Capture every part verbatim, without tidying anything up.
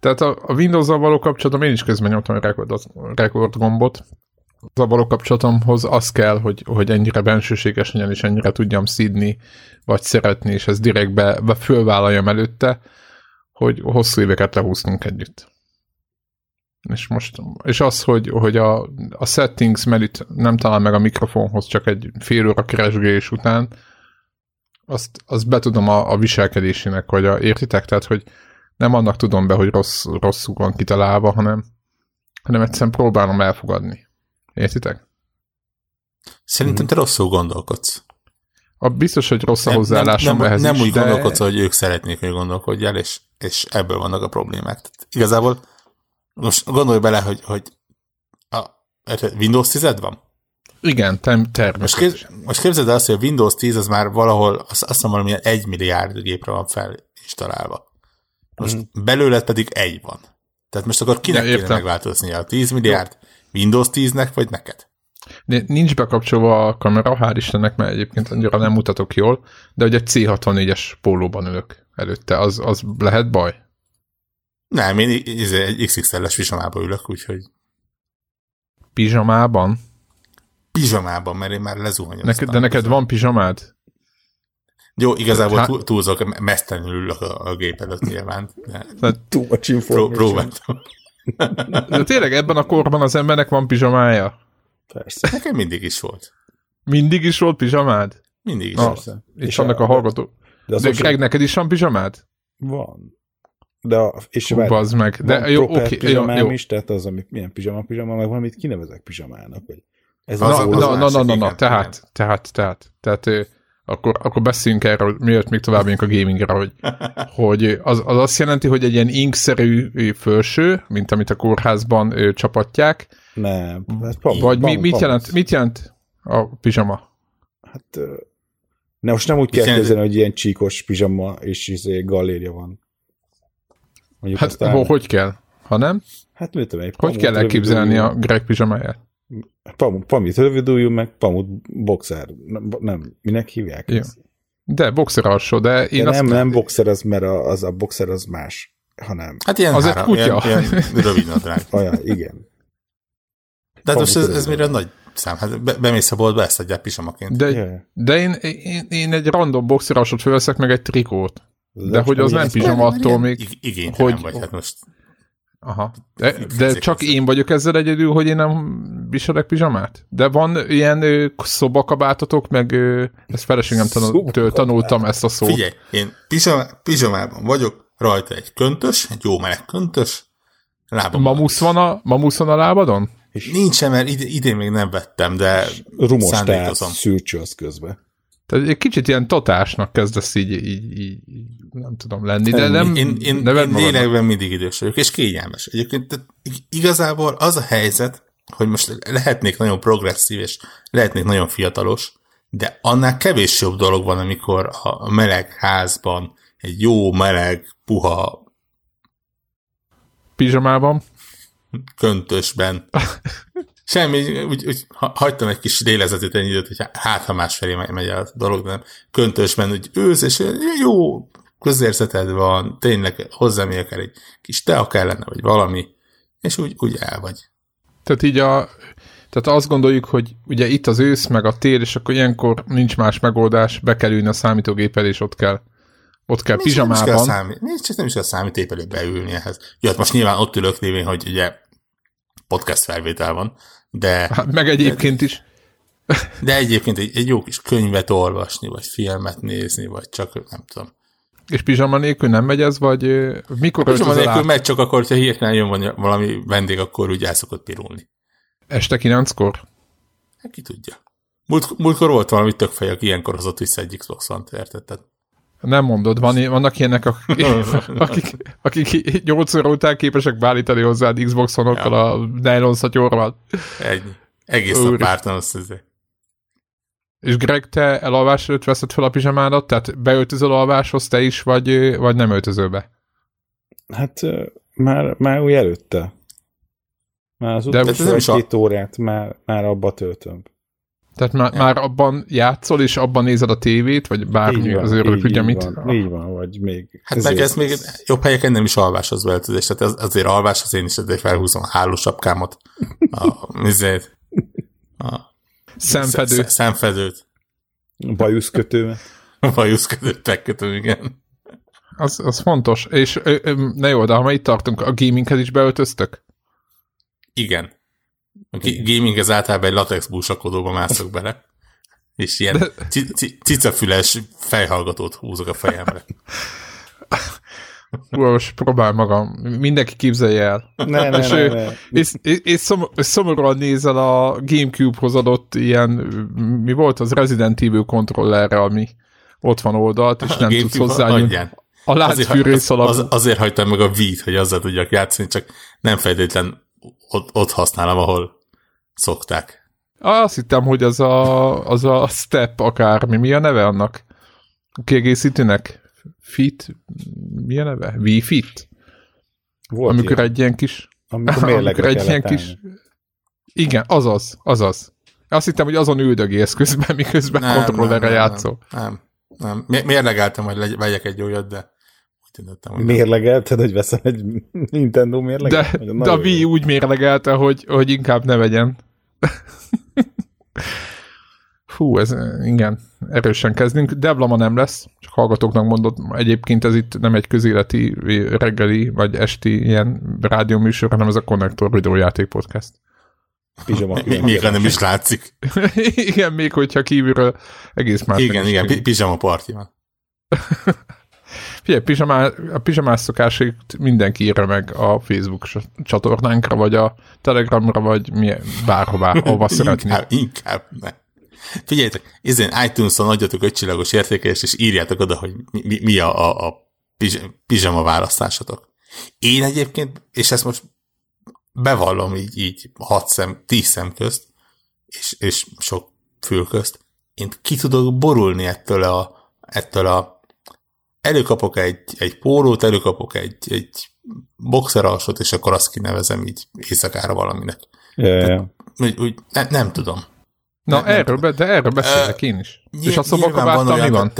Tehát a, a Windows-zal való kapcsolatom, én is közben nyomtam a rekord, a rekord gombot. Az való kapcsolatomhoz az kell, hogy, hogy ennyire bensőséges legyen, és ennyire tudjam szídni, vagy szeretni, és ezt direktbe be fölvállaljam előtte, hogy hosszú éveket lehúztunk együtt. És most, és az, hogy, hogy a, a settings mellett nem talál meg a mikrofonhoz csak egy fél óra keresgélés után, azt, azt betudom a, a viselkedésének, vagy a, értitek? Tehát, hogy nem annak tudom be, hogy rossz, rosszul van kitalálva, hanem, hanem egyszerűen próbálom elfogadni. Értitek? Szerintem te rosszul gondolkodsz. A biztos, hogy rossz a hozzáállásom nem, nem, ehhez nem is, úgy de... gondolkodsz, hogy ők szeretnék, hogy gondolkodjál, és, és ebből vannak a problémák. Tehát igazából most gondolj bele, hogy, hogy a Windows tízed van? Igen, természetesen. Most, képz, most képzeld el azt, hogy a Windows tíz az már valahol, azt, azt mondom, valamilyen egy milliárd gépre van felinstalálva. Most mm. belőled pedig egy van. Tehát most akkor kinek kéne megváltoznia? A tíz milliárd Windows tíznek, vagy neked? Nincs bekapcsolva a kamera, hál' Istennek, mert egyébként annyira nem mutatok jól, de hogy egy cé hatvannégyes pólóban ülök előtte, az, az lehet baj? Nem, én egy iksz iksz el-es pizsamában ülök, úgyhogy... Pizsamában? Pizsamában, mert én már lezuhanyoztam. Neked, de neked van pizsamád? Jó, igazából Há... túlzok, mesztelenül ülök a, a gép előtt nyilván. Too much information. Próbáltam. De tényleg ebben a korban az embernek van pizsamája? Persze. Nekem mindig is volt. Mindig is volt pizsamád? Mindig is ah, volt. És, és annak a, a hallgató. De, de Greg, neked is van pizsamád? Van. De a, és Hú, bazd meg. De van jó, proper okay, pizsamám jó, is, tehát az, amit milyen pizsama, pizsama, meg valamit kinevezek pizsamának. Vagy ez na, az na, na, na, na, na, igen, tehát, igen. tehát, tehát, tehát, ö, akkor, akkor beszéljünk erről, miért még tovább jönk a gamingre, hogy, hogy az, az azt jelenti, hogy egy ilyen inkszerű felső, mint amit a kórházban ö, csapatják. Nem. Pam, vagy pam, mi, mit, jelent, mit jelent a pizsama? Hát ne, most nem úgy kell kezdeni, hogy ilyen csíkos pizsama és izé, galéria van. Mondjuk hát aztán, hogy kell? Ha nem? Hát mit tudom, hogy kell elképzelni a Greg pizsamáját? Pamut, pamut rövidújú, meg pamut boxer. Nem, minek hívják ja. ezt? De boxer alsó, de én de azt... Nem, nem boxer az, mert a, az a boxer az más, hanem... Hát ilyen, az hára, egy kutya. ilyen, ilyen rövid nadrág. Olyan, igen. De hát most ez, ez mire nagy szám? Hát be, bemész a boltba, ezt adják pisamaként. De, yeah. de én, én, én egy random boxer alsót fölveszek, meg egy trikót. De, de hogy az nem pizsama attól még... Igénytelen hogy... vagy, hát most... Aha. De, de csak én vagyok ezzel egyedül, hogy én nem viselek pizsamát? De van ilyen ö, szobakabátotok, meg ö, ezt feleségem tanul, tanultam ezt a szót. Figyelj, én pizsama, pizsamában vagyok, rajta egy köntös, egy jó meleg köntös, lábam. Mamusz van a, mamusz van a lábadon? És nincsen, mert id- idén még nem vettem, de rumos tehát szűrcső az közben. Tehát egy kicsit ilyen totásnak kezdesz így, így, így, így nem tudom lenni, de nem... Én, én, én lélekben mindig idős vagyok, és kényelmes. Egyébként igazából az a helyzet, hogy most lehetnék nagyon progresszív, és lehetnék nagyon fiatalos, de annál kevés jobb dolog van, amikor a meleg házban egy jó, meleg, puha pizsamában köntösben semmi, úgy, úgy hagytam egy kis lélezetét ennyi időt, hogy hát ha másfelé megy a dolog, de nem köntösben úgy ősz, és jó közérzeted van, tényleg hozzám kell egy kis tea kellene, vagy valami, és úgy, úgy el vagy. Tehát így a, tehát azt gondoljuk, hogy ugye itt az ősz, meg a tél, és akkor ilyenkor nincs más megoldás, be kell ülni a számítógép elé, és ott kell ott kell nincs, pizsamában. Nem is kell számít, nincs, nem is kell számítógép elé beülni ehhez. Jó, hát most nyilván ott ülök lévén, hogy ugye podcast felvétel van, de... Hát meg egyébként de, is. De egyébként egy, egy jó kis könyvet olvasni, vagy filmet nézni, vagy csak nem tudom. És pizsama nélkül nem megy ez, vagy mikor öltözöl át? Pizsama nélkül megy, csak akkor, hogyha hirtelen jön valami vendég, akkor úgy el szokott pirulni. Este kilenckor? Hát ki tudja. Múlt, múltkor volt valami tök fej, aki ilyenkor hozott vissza egy Xbox One-t, érted? Nem mondod, van, vannak ilyenek, akik, akik, akik nyolc óra után képesek beállítani hozzád Xbox One-okkal ja. a nylon szatyorval. Ennyi. Egész nap pártan azt hiszem. És Greg, te elalvás előtt veszed fel a pizsamádat? Tehát beöltözöl alváshoz te is, vagy, vagy nem öltözöl be? Hát már, már úgy előtte. Már az utolsó egy-két órát már, már abba töltöm. Tehát már, ja. már abban játszol, és abban nézed a tévét, vagy bármi van, az őrök, ugye mit? Van, így van, vagy még... Hát meg ez még jobb helyeken nem is alváshoz öltözés, tehát az, azért alváshoz én is azért felhúzom a hálósapkámat, a mizét, a szemfedőt. Szemfedőt. Bajuszkötőmet. Bajuszkötőt megkötöm, igen. Az, az fontos. És ne jó, de ha ma itt tartunk, a gaminghez is beöltöztök? Igen. A gaming ez általában egy latex búsakodóba mászok bele, és ilyen de... cicafüles fejhallgatót húzok a fejemre. Most próbál magam. Mindenki képzelje el. Ne, ne, és, ne, ne. És, és, és szom, szomorúan nézel a GameCube-hoz adott ilyen, mi volt az Resident Evil kontrollerre, ami ott van oldalt, és nem tudsz hozzányúlni. A láncfűrész alapú. Az, azért hagytam meg a Wii-t, hogy azzal tudjak játszani, csak nem feltétlen ott, ott használom, ahol szokták. Azt hittem, hogy az a, az a Step akármi. Mi a neve annak? Kiegészítőnek? Fit? Mi a neve? Wii Fit? Volt amikor ilyen. Egy ilyen kis... Amikor mérlegre egy ilyen kis... Igen, azaz, azaz. Azt hittem, hogy azon üldögélsz közben, miközben nem, kontrollerre nem, játszol. Nem, nem. nem. Mérlegeltem, hogy vegyek egy olyat, de hogy mérlegelted, hogy veszel egy Nintendo mérleget? De, de a Wii jó. Úgy mérlegelte, hogy, hogy inkább ne vegyen. Fú, ez igen, erősen kezdünk. Debla ma nem lesz, csak hallgatóknak mondott, egyébként ez itt nem egy közéleti reggeli, vagy esti ilyen rádióműsor, hanem ez a Connector videójáték podcast. Pizsama, még ha nem is látszik. Igen, még hogyha kívülről egész más. Igen, igen, pi- pizsama party van. Figyelj, pizsamá, a pizsamás szokásait mindenki írja meg a Facebook csatornánkra, vagy a Telegramra, vagy milyen, bárhová, ahova szeretnél. Inkább, inkább ne. Figyeljetek, ezen iTunes-on adjatok ötcsillagos értékelést, és írjátok oda, hogy mi, mi a, a, a pizsama választásatok. Én egyébként, és ezt most bevallom így, így hat szem, tíz szem közt, és, és sok fül közt, én ki tudok borulni ettől a, ettől a előkapok egy, egy pólót, előkapok egy, egy boxeralsót, és akkor azt kinevezem így éjszakára valaminek. Yeah, Tehát, yeah. Úgy, úgy, ne, nem tudom. Na, nem, erről, nem de erről beszélek én is. Nyilv, és a szobakabáttal mi van?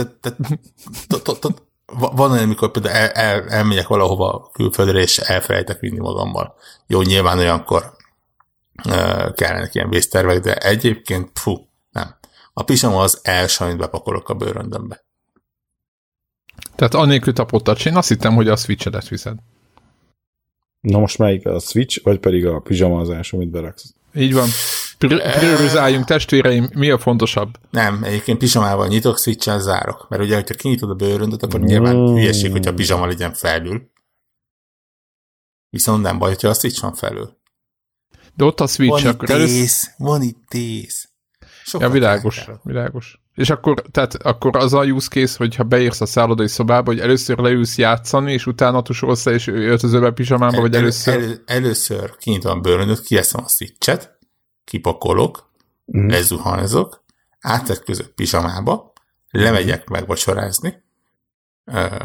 Van olyan, amikor például el, el, elmegyek valahova külföldre, és elfelejtek vinni magammal. Jó, nyilván olyankor uh, kellenek ilyen vésztervek, de egyébként, fú, nem. A pizsama az első, amit bepakolok a bőröndömbe. Tehát annélkül tapottat, én azt hittem, hogy a Switch-edet viszed. Na most melyik a Switch, vagy pedig a pizsama az első, amit beraksz? Így van. Priorizáljunk, testvéreim, mi a fontosabb? Nem, egyébként pizsamával nyitok, Switch-el zárok. Mert ugye, hogyha kinyitod a bőröndöt, akkor nyilván mm. hülyeség, hogyha a pizsama legyen felül. Viszont nem baj, hogyha a Switch van felül. De ott a Switch, van akkor itt tész, van itt tész. Ja, világos, világos. És akkor, tehát akkor az a use case, hogyha beírsz a szállodai szobába, hogy először leülsz játszani, és utána tusolsz és öltözőbe pizsamába, el, vagy először... El, el, először kinyitom a bőröndöt, kieszem a Switch-et, kipakolok, mm. lezuhanyzok, átvetközök pizsamába, lemegyek megvacsorázni, uh,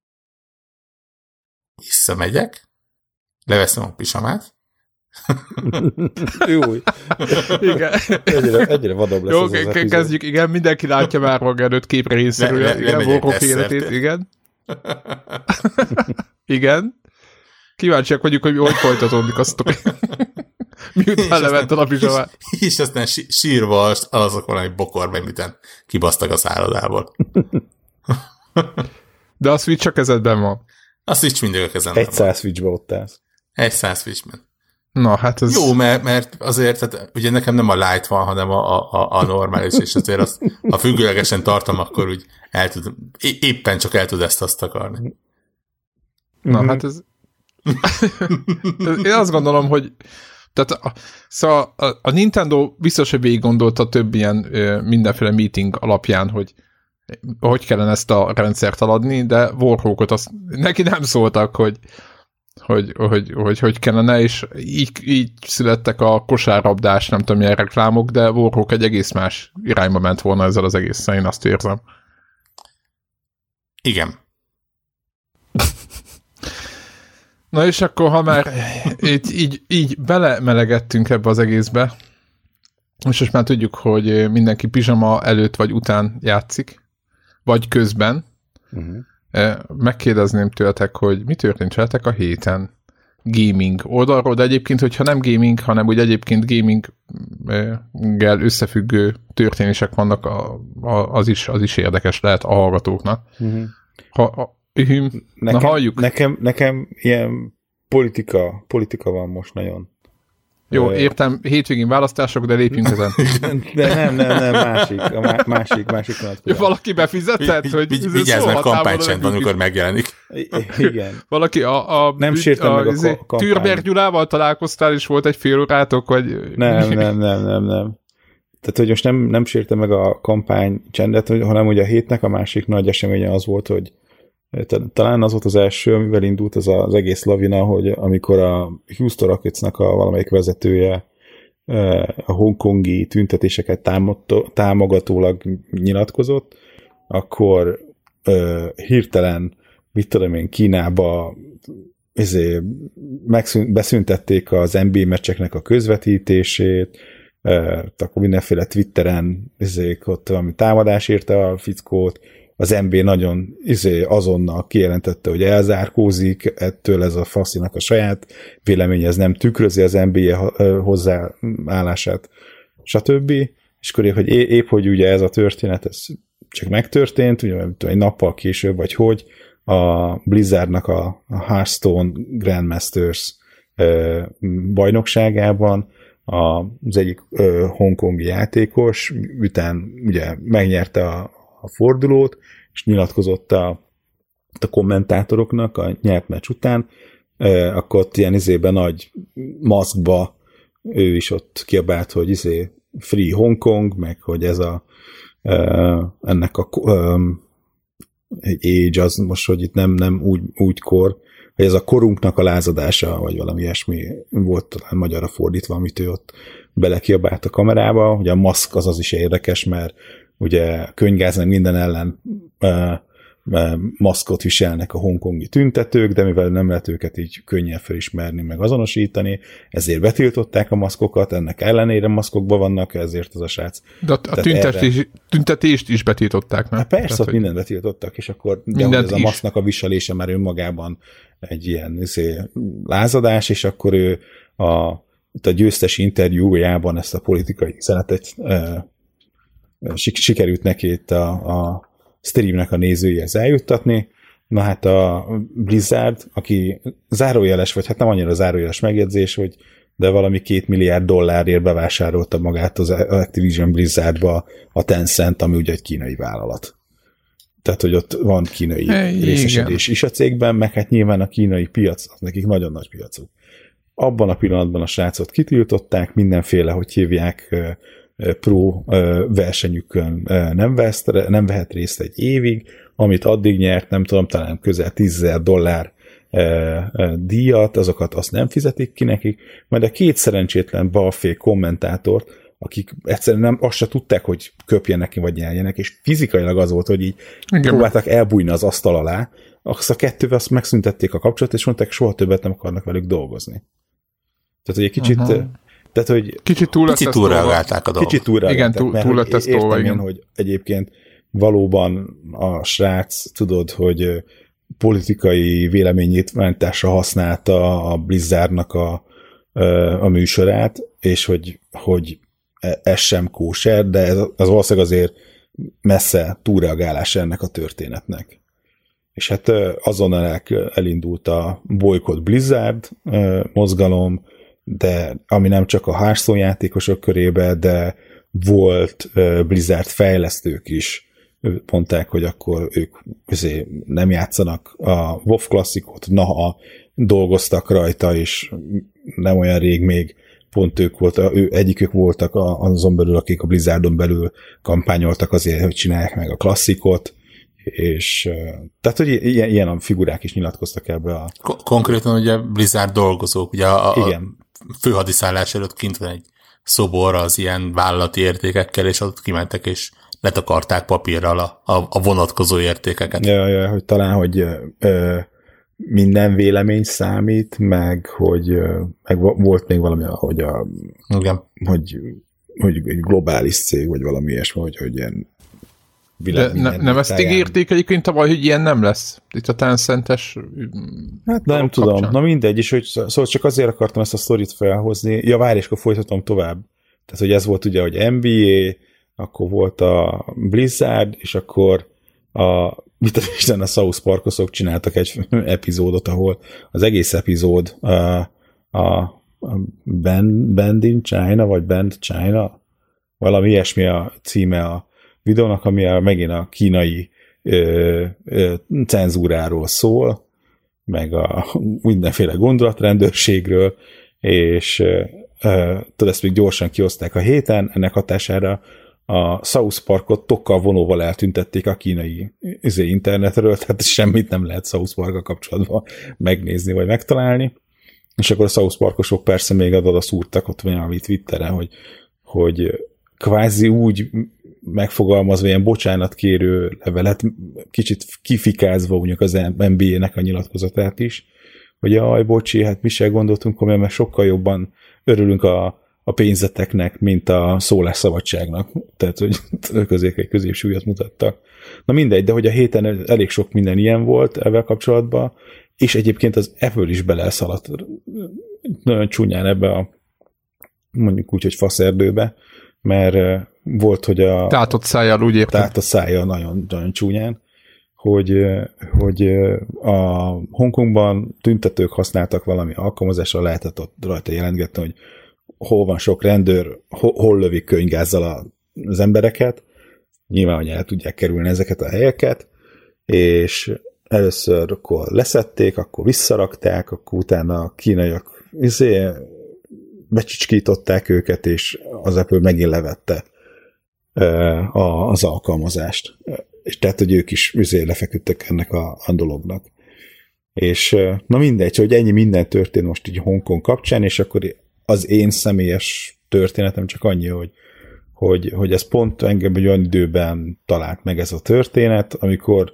visszamegyek, leveszem a pizsamát. Jó. Igen. Egyre, egyre vadabb lesz. Jó, az az kezdjük, igen, mindenki látja már maga előtt képre részszerűen. Le, le, igen, Warhawk életét, igen. Igen. Kíváncsiak vagyunk, hogy hogy folytatódik a sztori. Miután levetted a pizsamát. És aztán sírva azok valami bokorban, miután kibasztak a szállodából. De a Switch a kezedben van. A Switch mindig a kezemben van. Egy száz Switchbe ott állsz. Egy száz Switchben. Na, hát ez... Jó, mert, mert azért, tehát, ugye nekem nem a light van, hanem a, a, a normális, és azért azt, ha függőlegesen tartom, akkor úgy el tud, éppen csak el tud ezt azt akarni. Na, hát ez... Én azt gondolom, hogy tehát a, szóval a, a Nintendo biztos, hogy végig gondolta több ilyen ö, mindenféle meeting alapján, hogy hogy kellene ezt a rendszert eladni, de Warhawkot azt neki nem szóltak, hogy hogy hogy, hogy, hogy kellene, és így, így születtek a kosárlabdás, nem tudom milyen reklámok, de Warhawk egy egész más irányba ment volna ezzel az egészen, én azt érzem. Igen. Na és akkor, ha már így, így, így belemelegettünk ebbe az egészbe, és most már tudjuk, hogy mindenki pizsama előtt vagy után játszik, vagy közben. Uh-huh. Megkérdezném tőletek, hogy mi történt veletek a héten gaming oldalról, de egyébként, hogyha nem gaming, hanem úgy egyébként gaminggel összefüggő történések vannak, a, a, az, is, az is érdekes lehet a hallgatóknak. Uh-huh. Ha, a, ühüm, nekem, na halljuk. Nekem, nekem ilyen politika, politika van most nagyon. Jó, értem, hétvégén választások, de lépjünk ezen. De nem, nem, nem, másik, a má, másik, másik vonatkozás. Valaki befizetett, hogy... Vigyázz, mert kampánycsend van, amikor megjelenik. Igen. Valaki a... a nem sértem meg a kampány. Türber Gyulával találkoztál, és volt egy fél órátok, vagy... Nem, nem, nem, nem, nem. Tehát, hogy most nem, nem sértem meg a kampánycsendet, hanem hogy a hétnek a másik nagy eseménye az volt, hogy talán az volt az első, amivel indult az az egész lavina, hogy amikor a Houston Rocketsnak a valamelyik vezetője a hongkongi tüntetéseket támogatólag nyilatkozott, akkor uh, hirtelen, mit tudom én, Kínába ezért megszűnt, beszüntették az en bé á meccseknek a közvetítését, uh, akkor mindenféle Twitteren ezért ott valami támadás érte a fickót, az en bé á nagyon izé, azonnal kijelentette, hogy elzárkózik ettől, ez a faszinak a saját véleménye, ez nem tükrözi az en bé á hozzáállását, stb. És akkor épp, hogy épp, hogy ugye ez a történet, ez csak megtörtént, ugye egy nappal később, vagy hogy a Blizzardnak a, a Hearthstone Grandmasters bajnokságában az egyik hongkongi játékos, után ugye megnyerte a a fordulót, és nyilatkozott a, a kommentátoroknak a nyert meccs után, eh, akkor ott ilyen izében nagy maszkba ő is ott kiabált, hogy izé Free Hong Kong, meg hogy ez a eh, ennek a eh, egy age az most, hogy itt nem, nem úgy, úgy kor, hogy ez a korunknak a lázadása, vagy valami ilyesmi volt talán magyarra fordítva, amit ő ott belekiabált a kamerába, hogy a maszk az az is érdekes, mert ugye könyvgáz minden ellen uh, uh, maszkot viselnek a hongkongi tüntetők, de mivel nem lehet őket így könnyen felismerni, meg azonosítani, ezért betiltották a maszkokat, ennek ellenére maszkokban vannak, ezért az a srác. De a, a tüntetés, erre... tüntetést is betiltották, nem? Hát persze, tehát, ott mindent betiltottak, és akkor de ez a maszknak a viselése már önmagában egy ilyen izé, lázadás, és akkor ő a, a győztesi interjújában ezt a politikai üzenetet uh, sikerült neki itt a, a streamnek a nézőihez eljuttatni. Na hát a Blizzard, aki zárójeles, vagy hát nem annyira zárójeles megjegyzés, hogy de valami két milliárd dollárért bevásárolta magát az Activision Blizzardba a Tencent, ami ugye egy kínai vállalat. Tehát, hogy ott van kínai hey, részesedés igen. is a cégben, meg hát nyilván a kínai piac, az nekik nagyon nagy piacuk. Abban a pillanatban a srácot kitiltották, mindenféle, hogy hívják, pro versenyükön nem, vesz, nem vehet részt egy évig, amit addig nyert, nem tudom, talán közel tízezer dollár díjat, azokat azt nem fizetik ki nekik, majd a két szerencsétlen balfék kommentátort, akik egyszerűen nem, azt se tudták, hogy köpjenek ki, vagy nyeljenek, és fizikailag az volt, hogy így igen. próbáltak elbújni az asztal alá, azt a kettővel azt megszüntették a kapcsolatot, és mondták, soha többet nem akarnak velük dolgozni. Tehát, hogy egy kicsit uh-huh. Tehát, hogy kicsit túl kicsit túlreagálták a dolgot. Kicsit túlreagálták, igen, túl, túl lett ezt értem tolva, én, hogy egyébként valóban a srác, tudod, hogy politikai véleménynyilvánításra használta a Blizzardnak a, a műsorát, és hogy, hogy ez sem kóser, de ez, az valószínűleg azért messze túlreagálás ennek a történetnek. És hát azonnal elindult a Boycott Blizzard mozgalom, de ami nem csak a Hearthstone játékosok körébe, de volt uh, Blizzard fejlesztők is mondták, hogy akkor ők azért nem játszanak a WoW klasszikot, naha dolgoztak rajta, és nem olyan rég még pont ők voltak, ő, egyikük voltak azon belül, akik a Blizzardon belül kampányoltak azért, hogy csinálják meg a klasszikot, és tehát, hogy ilyen, ilyen a figurák is nyilatkoztak ebbe a... Konkrétan ugye Blizzard dolgozók, ugye a, a főhadiszállás előtt kint van egy szobor az ilyen vállalati értékekkel, és ott kimentek, és letakarták papírral a, a, a vonatkozó értékeket. Ja, ja, hogy talán, hogy ö, minden vélemény számít, meg hogy ö, meg volt még valami, hogy a, igen. hogy hogy egy globális cég, vagy valami ilyesmi, hogy, hogy ilyen világ ne, nem ezt ígérték egyébként tavaly, hogy ilyen nem lesz? Itt a Tencentes... Hát nem kapcsán. Tudom, na mindegy, és hogy, szóval csak azért akartam ezt a sztorit felhozni. Ja, várj, és akkor folytatom tovább. Tehát, hogy ez volt ugye, hogy en bé á, akkor volt a Blizzard, és akkor a, mit az Isten, a South Parkosok csináltak egy epizódot, ahol az egész epizód a, a, a Band, Band in China, vagy Band China, valami ilyesmi a címe a videónak, ami a, megint a kínai ö, ö, cenzúráról szól, meg a mindenféle gondolatrendőrségről, és ö, tudod, ezt még gyorsan kioszták a héten, ennek hatására a South Parkot tokkal vonóval eltüntették a kínai izé, internetről, tehát semmit nem lehet South Parkkal kapcsolatban megnézni, vagy megtalálni, és akkor a South Parkosok persze még oda szúrtak ott valami Twitteren, hogy, hogy kvázi úgy megfogalmazva ilyen bocsánatkérő levelet, kicsit kifikázva mondjuk az en bé á-nek a nyilatkozatát is, hogy jaj, bocsi, hát mi se gondoltunk komolyan, mert sokkal jobban örülünk a, a pénzeteknek, mint a szólásszabadságnak. Tehát, hogy közé egy középsúlyat mutattak. Na mindegy, de hogy a héten elég sok minden ilyen volt ezzel kapcsolatban, és egyébként az Apple is beleszaladt nagyon csúnyán ebbe a mondjuk úgy, hogy faszerdőbe, mert volt, hogy a... Tátott szájjal, úgy értem. Tátott szájjal nagyon, nagyon csúnyán, hogy, hogy a Hongkongban tüntetők használtak valami alkalmazásra, lehetett ott rajta jelentgetni, hogy hol van sok rendőr, hol, hol lövik könyvgázzal az embereket, nyilván, hogy el tudják kerülni ezeket a helyeket, és először akkor leszették, akkor visszarakták, akkor utána a kínaiak izé, becsicskították őket, és az Apple megint levette az alkalmazást. És tehát, hogy ők is izé lefeküdtek ennek a, a dolognak. És na mindegy, hogy ennyi minden történt most így Hongkong kapcsán, és akkor az én személyes történetem csak annyi, hogy, hogy, hogy ez pont engem egy olyan időben talált meg ez a történet, amikor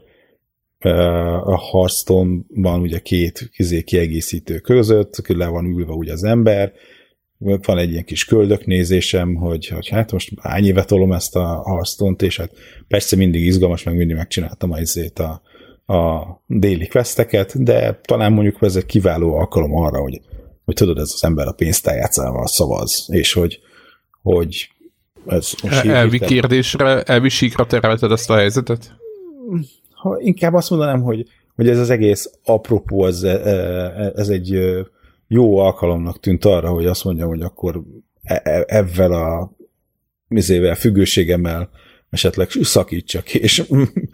a Hearthstone-ban ugye két izé kiegészítő között, le van ülve ugye az ember, van egy ilyen kis köldöknézésem, hogy, hogy hát most hány éve tolom ezt a Hearthstone-t, és hát persze mindig izgalmas, meg mindig megcsináltam azért a, a déli questeket, de talán mondjuk ez egy kiváló alkalom arra, hogy, hogy tudod, ez az ember a pénztárjátszával szavaz, és hogy, hogy ez elvi kérdésre, elvi síkra terelted ezt a helyzetet? Ha inkább azt mondanám, hogy, hogy ez az egész apropó, ez, ez egy jó alkalomnak tűnt arra, hogy azt mondjam, hogy akkor ezzel a mizével, függőségemmel esetleg szakítsak, és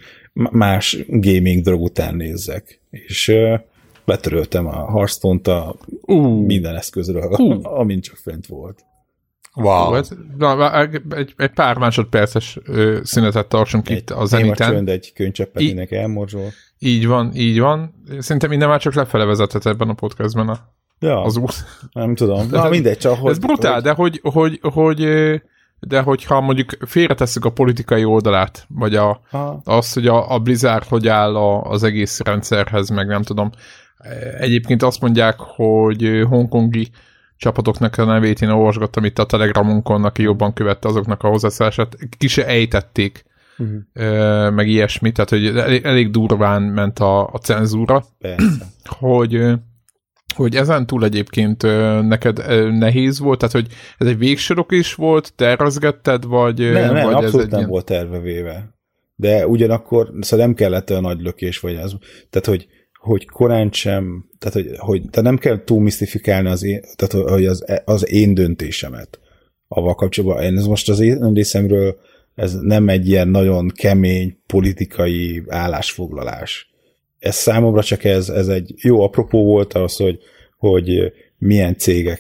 más gaming drog után nézzek. És letöröltem a Hearthstone-t a uh. minden eszközről, uh. amint csak fent volt. Wow. Ez, na, egy, egy pár másodperces ö, szünetet tartsunk egy, itt a Zeniten. Egy egy könycseppet mindenki elmorzsol. Így van, így van. Szerintem minden már csak lefele vezetett ebben a podcastben a, ja, az út. Nem tudom. Na, mindegy, csak hogy... Ez brutál, hogy... de hogy, hogy, hogy de hogyha mondjuk félretesszük a politikai oldalát, vagy a, azt, hogy a, a Blizzard hogy áll a, az egész rendszerhez, meg nem tudom. Egyébként azt mondják, hogy hongkongi csapatoknak a nevét én olvasgattam itt a Telegramunkon, aki jobban követte azoknak a hozzászólását, ki se ejtették, uh-huh. meg ilyesmi, tehát hogy elég, elég durván ment a, a cenzúra, hogy, hogy ezen túl egyébként neked nehéz volt, tehát hogy ez egy végsorok is volt, tervezgetted, vagy... Nem, nem, vagy abszolút ez egy nem ilyen... volt tervevéve. De ugyanakkor, szóval nem kellett olyan nagy lökés, vagy ez, tehát hogy hogy korán sem, tehát hogy, hogy tehát nem kell túl misztifikálni az én, tehát hogy az, az én döntésemet avval kapcsolatban. Én ez most az én részemről ez nem egy ilyen nagyon kemény politikai állásfoglalás. Ez számomra csak ez, ez egy jó apropó volt az, hogy, hogy milyen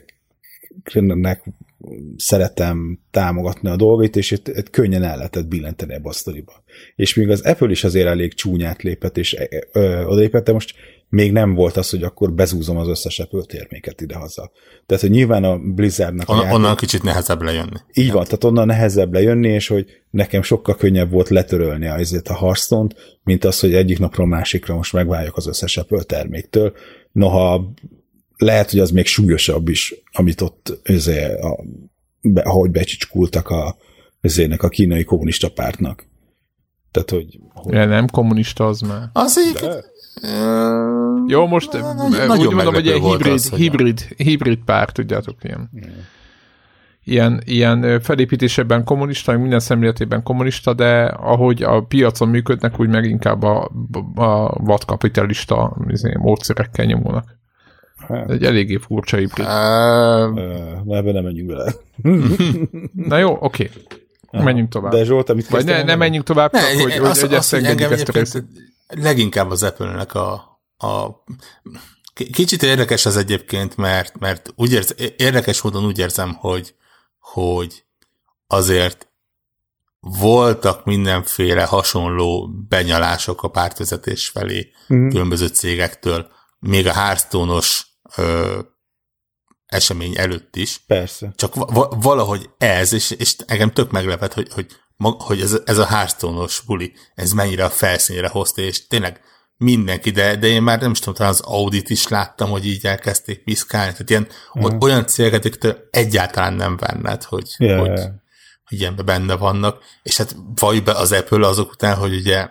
cégeknek szeretem támogatni a dolgait, és itt, itt könnyen el lehetett billenteni ebbe a sztoriba. És még az Apple is azért elég csúnyát lépett, és odalépett, de most még nem volt az, hogy akkor bezúzom az összes Apple terméket idehaza. Tehát, hogy nyilván a Blizzardnak... On, a játék... Onnan kicsit nehezebb lejönni. Így van, tehát onnan nehezebb lejönni, és hogy nekem sokkal könnyebb volt letörölni azért a Hearthstone-t, mint az, hogy egyik napról másikra most megváljak az összes Apple terméktől. Noha lehet, hogy az még súlyosabb is, amit ott a be, ahogy becsicskultak a, ezének a kínai kommunista pártnak. Tehát, hogy... hogy... Ja, nem kommunista az már. Azért... De... Jó, most Nagyon úgy mondom, hogy egy hibrid, az, hibrid, hibrid párt, tudjátok, ilyen. Yeah. Ilyen, ilyen felépítésében kommunista, minden szemléletében kommunista, de ahogy a piacon működnek, úgy meg inkább a, a vadkapitalista módszerekkel nyomulnak. Hát. Egy eléggé furcsa hibrid. Uh, ebben nem menjünk bele. Na jó, oké. Okay. Menjünk tovább. De Zsolt, amit Vagy ne, ne menjünk tovább, ne, csak hogy, az, hogy ezt engedjük ezt a részt. Leginkább az Apple-nek a, a kicsit érdekes az egyébként, mert, mert úgy érz, érdekes módon úgy érzem, hogy, hogy azért voltak mindenféle hasonló benyalások a pártvezetés felé mm. különböző cégektől, még a Hearthstone-os ö, esemény előtt is. Persze. Csak va- valahogy ez, és, és engem tök meglepett, hogy, hogy, hogy ez, ez a Hearthstone-os buli, ez mennyire a felszínre hozta, és tényleg mindenki, de, de én már nem is tudom, talán az Audit is láttam, hogy így elkezdték piszkálni, tehát ilyen uh-huh. olyan cégektől egyáltalán nem venned, hogy, yeah. hogy, hogy ilyenben benne vannak, és hát vagy be az Apple azok után, hogy ugye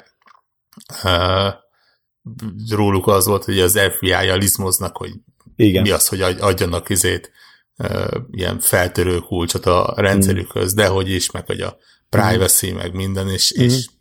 uh, róluk az volt, hogy az ef bé i-jal lizmoznak, hogy igen. mi az, hogy adjanak izét, uh, ilyen feltörő kulcsot a rendszerükhöz, mm. de hogy is, meg hogy a privacy, mm. meg minden, és, mm. és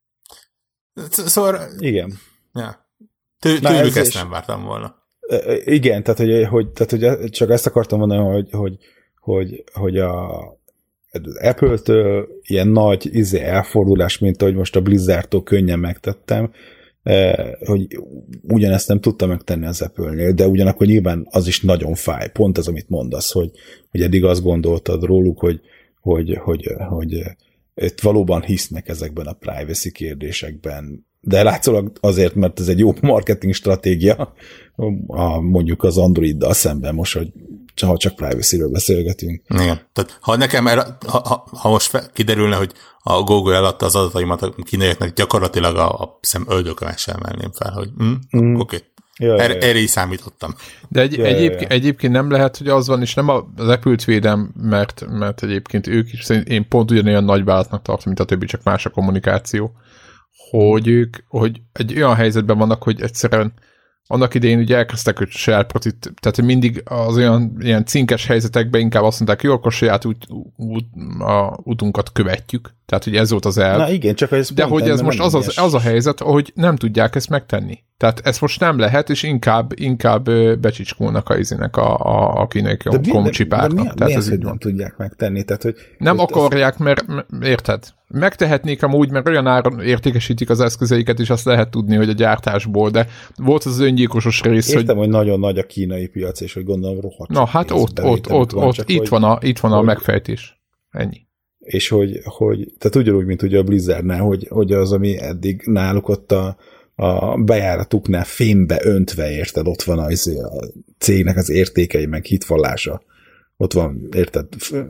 szóval igen. Ja. Tő, Na tőlük ez ezt is, nem vártam volna. Igen, tehát hogy, hogy, tehát, hogy csak ezt akartam mondani, hogy, hogy, hogy, hogy a az Apple-től ilyen nagy izé elfordulás, mint ahogy most a Blizzardtól könnyen megtettem, hogy ugyanezt nem tudta megtenni az Apple-nél, de ugyanakkor nyilván az is nagyon fáj. Pont az, amit mondasz, hogy, hogy eddig azt gondoltad róluk, hogy, hogy, hogy, hogy, hogy valóban hisznek ezekben a privacy kérdésekben, de látszólag azért, mert ez egy jó marketing stratégia, a, mondjuk az Androiddal szemben most, hogy ha csak privacy-ről beszélgetünk. Igen. Tehát ha nekem, ha, ha, ha most fel, kiderülne, hogy a Google eladta az adataimat a kínaiaknak, gyakorlatilag a, a szem öldökömmel sem emelném fel, hogy hm, mm. oké. Okay. Ja, erre, ja, ja. erre is számítottam. De egy, ja, egyébként, ja, ja. egyébként nem lehet, hogy az van, és nem az Apple-t védem, mert, mert egyébként ők is, én pont ugyanolyan nagy vállalatnak tartom, mint a többi, csak más a kommunikáció, hogy ők, hogy egy olyan helyzetben vannak, hogy egyszerűen annak idején ugye elkezdtek, hogy saját protit, tehát mindig az olyan ilyen cinkes helyzetekben inkább azt mondták, jó, akkor saját út, út, a útunkat követjük. Tehát, hogy ez volt az elv. Na igen, csak ez de hogy ez most az, az, az a helyzet, hogy nem tudják ezt megtenni. Tehát ez most nem lehet, és inkább, inkább becsicskulnak a izének a, a, a kínai komcsipárnak. Mi, Tehát mi ez, hogy nem tudják megtenni? Tehát, hogy nem akarják, az... mert érted? Megtehetnék amúgy, mert olyan áron értékesítik az eszközeiket, és azt lehet tudni, hogy a gyártásból, de volt az öngyilkosos rész, Értem, hogy... hogy nagyon nagy a kínai piac, és hogy gondolom rohadt. Na, hát ott, ott, ott, van, ott itt, hogy, van a, itt van hogy, a megfejtés. Ennyi. És hogy, hogy tehát ugyanúgy, mint ugye a Blizzardnál, hogy, hogy az, ami eddig náluk ott a, a bejáratuknál fémbe öntve, érted, ott van az, a cégnek az értékei, meg hitvallása. Ott van, érted,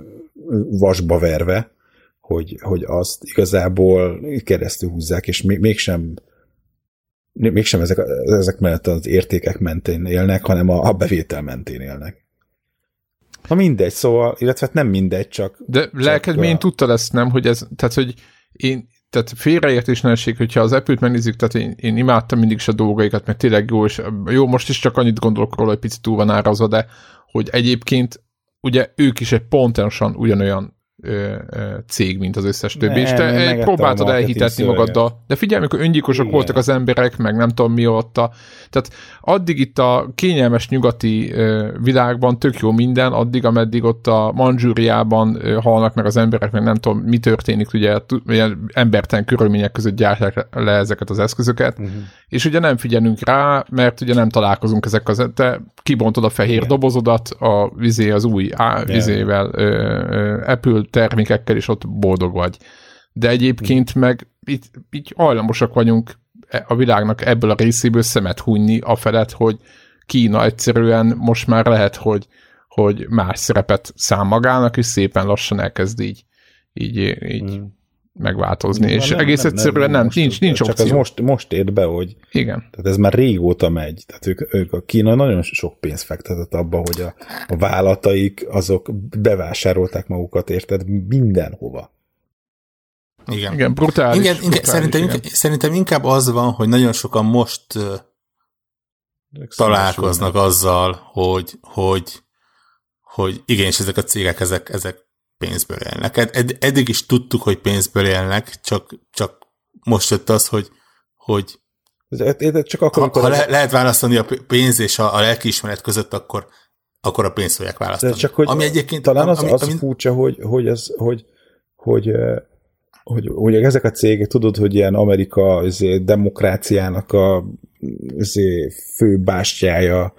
vasba verve, hogy, hogy azt igazából keresztül húzzák, és még, mégsem mégsem ezek, ezek mellett az értékek mentén élnek, hanem a, a bevétel mentén élnek. Na mindegy, szóval, illetve nem mindegy, csak... De lelkedmény a... tudtad ezt, nem? Hogy ez, tehát, hogy én, tehát félreértés ne essék, hogyha az Apple-t megnézzük, tehát én, én imádtam mindig is a dolgaikat, mert tényleg jó, és jó, most is csak annyit gondolok róla, hogy picit túl van árazva, de hogy egyébként ugye ők is egy pontosan ugyanolyan Ö, ö, cég, mint az összes többi, nem, és te próbáltad elhitetni magaddal. De figyelj, amikor öngyilkosok igen. voltak az emberek, meg nem tudom mióta. Tehát addig itt a kényelmes nyugati ö, világban tök jó minden, addig, ameddig ott a Mandzsúriában ö, halnak meg az emberek, meg nem tudom, mi történik, ugye ilyen embertelen körülmények között gyártják le ezeket az eszközöket, uh-huh. és ugye nem figyelünk rá, mert ugye nem találkozunk ezekkel, az, te kibontod a fehér igen. dobozodat a vizé az új á, vizével ö, ö, Apple termékekkel, és ott boldog vagy. De egyébként hmm. meg itt, így hajlamosak vagyunk a világnak ebből a részéből szemet hunyni afelett, hogy Kína egyszerűen most már lehet, hogy, hogy más szerepet szám magának, és szépen lassan elkezd így, így, így hmm. megváltozni, nem, és nem, egész nem, egyszerűen nem, nem nincs, nincs csak opció. ez most, most ért be, hogy igen. Tehát ez már régóta megy. Tehát ők, ők a Kína nagyon sok pénzt fektetett abba, hogy a, a vállalataik azok bevásárolták magukat, érted, mindenhova. Igen. Igen, brutális. Igen, brutális igen, szerintem, igen. szerintem inkább az van, hogy nagyon sokan most uh, találkoznak azzal, hogy, hogy, hogy igenis ezek a cégek, ezek, ezek pénzből élnek. Ed, eddig is tudtuk, hogy pénzből élnek, csak, csak most jött az, hogy, hogy csak akkor, ha, ha le, lehet választani a pénz és a, a lelkiismeret között, akkor, akkor a pénzt fogják választani. De csak hogy ami egyébként, talán az, ami, az ami, furcsa, hogy, hogy, ez, hogy, hogy, hogy, hogy ezek a cégek, tudod, hogy ilyen Amerika azért, demokráciának a azért, fő bástyája,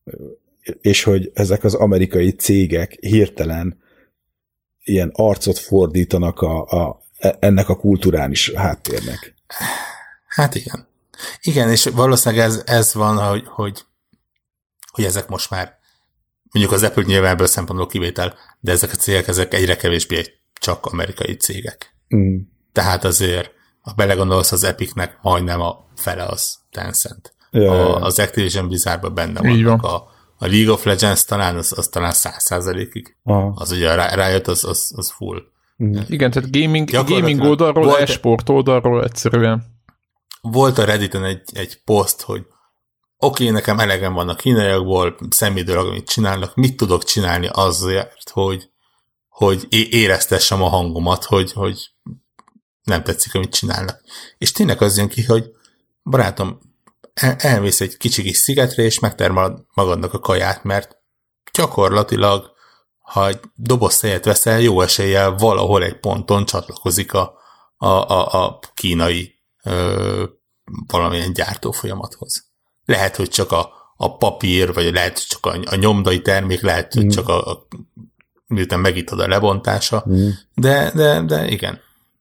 és hogy ezek az amerikai cégek hirtelen ilyen arcot fordítanak a, a, ennek a kulturális háttérnek. Hát igen. Igen, és valószínűleg ez, ez van, hogy, hogy, hogy ezek most már, mondjuk az Apple nyilván ebből szempontból kivétel, de ezek a cégek, ezek egyre kevésbé csak amerikai cégek. Mm. Tehát azért, ha belegondolsz, az Epicnek majdnem a fele az Tencent. Ja, a, az Activision Blizzardban benne vannak. Van. A, a League of Legends talán, az, az talán száz százalékig. Az ugye a Riot, az, az, az full. Mm. Igen, tehát gaming, gaming oldalról, e-sport oldalról egyszerűen. Volt a Redditen egy, egy poszt, hogy oké, okay, nekem elegem van a kínaiakból, semmi dolog, amit csinálnak, mit tudok csinálni azért, hogy, hogy éreztessem a hangomat, hogy, hogy nem tetszik, amit csinálnak. És tényleg az jön ki, hogy barátom, el, elmész egy kicsi kis szigetre, és megtermeled magadnak a kaját, mert gyakorlatilag, ha egy doboz tejet veszel, jó eséllyel valahol egy ponton csatlakozik a, a, a, a kínai Ö, valamilyen gyártó folyamathoz. Lehet, hogy csak a, a papír, vagy lehet, hogy csak a, a nyomdai termék, lehet, hogy mm. csak a, a miután megitad a lebontása, mm. de, de, de igen.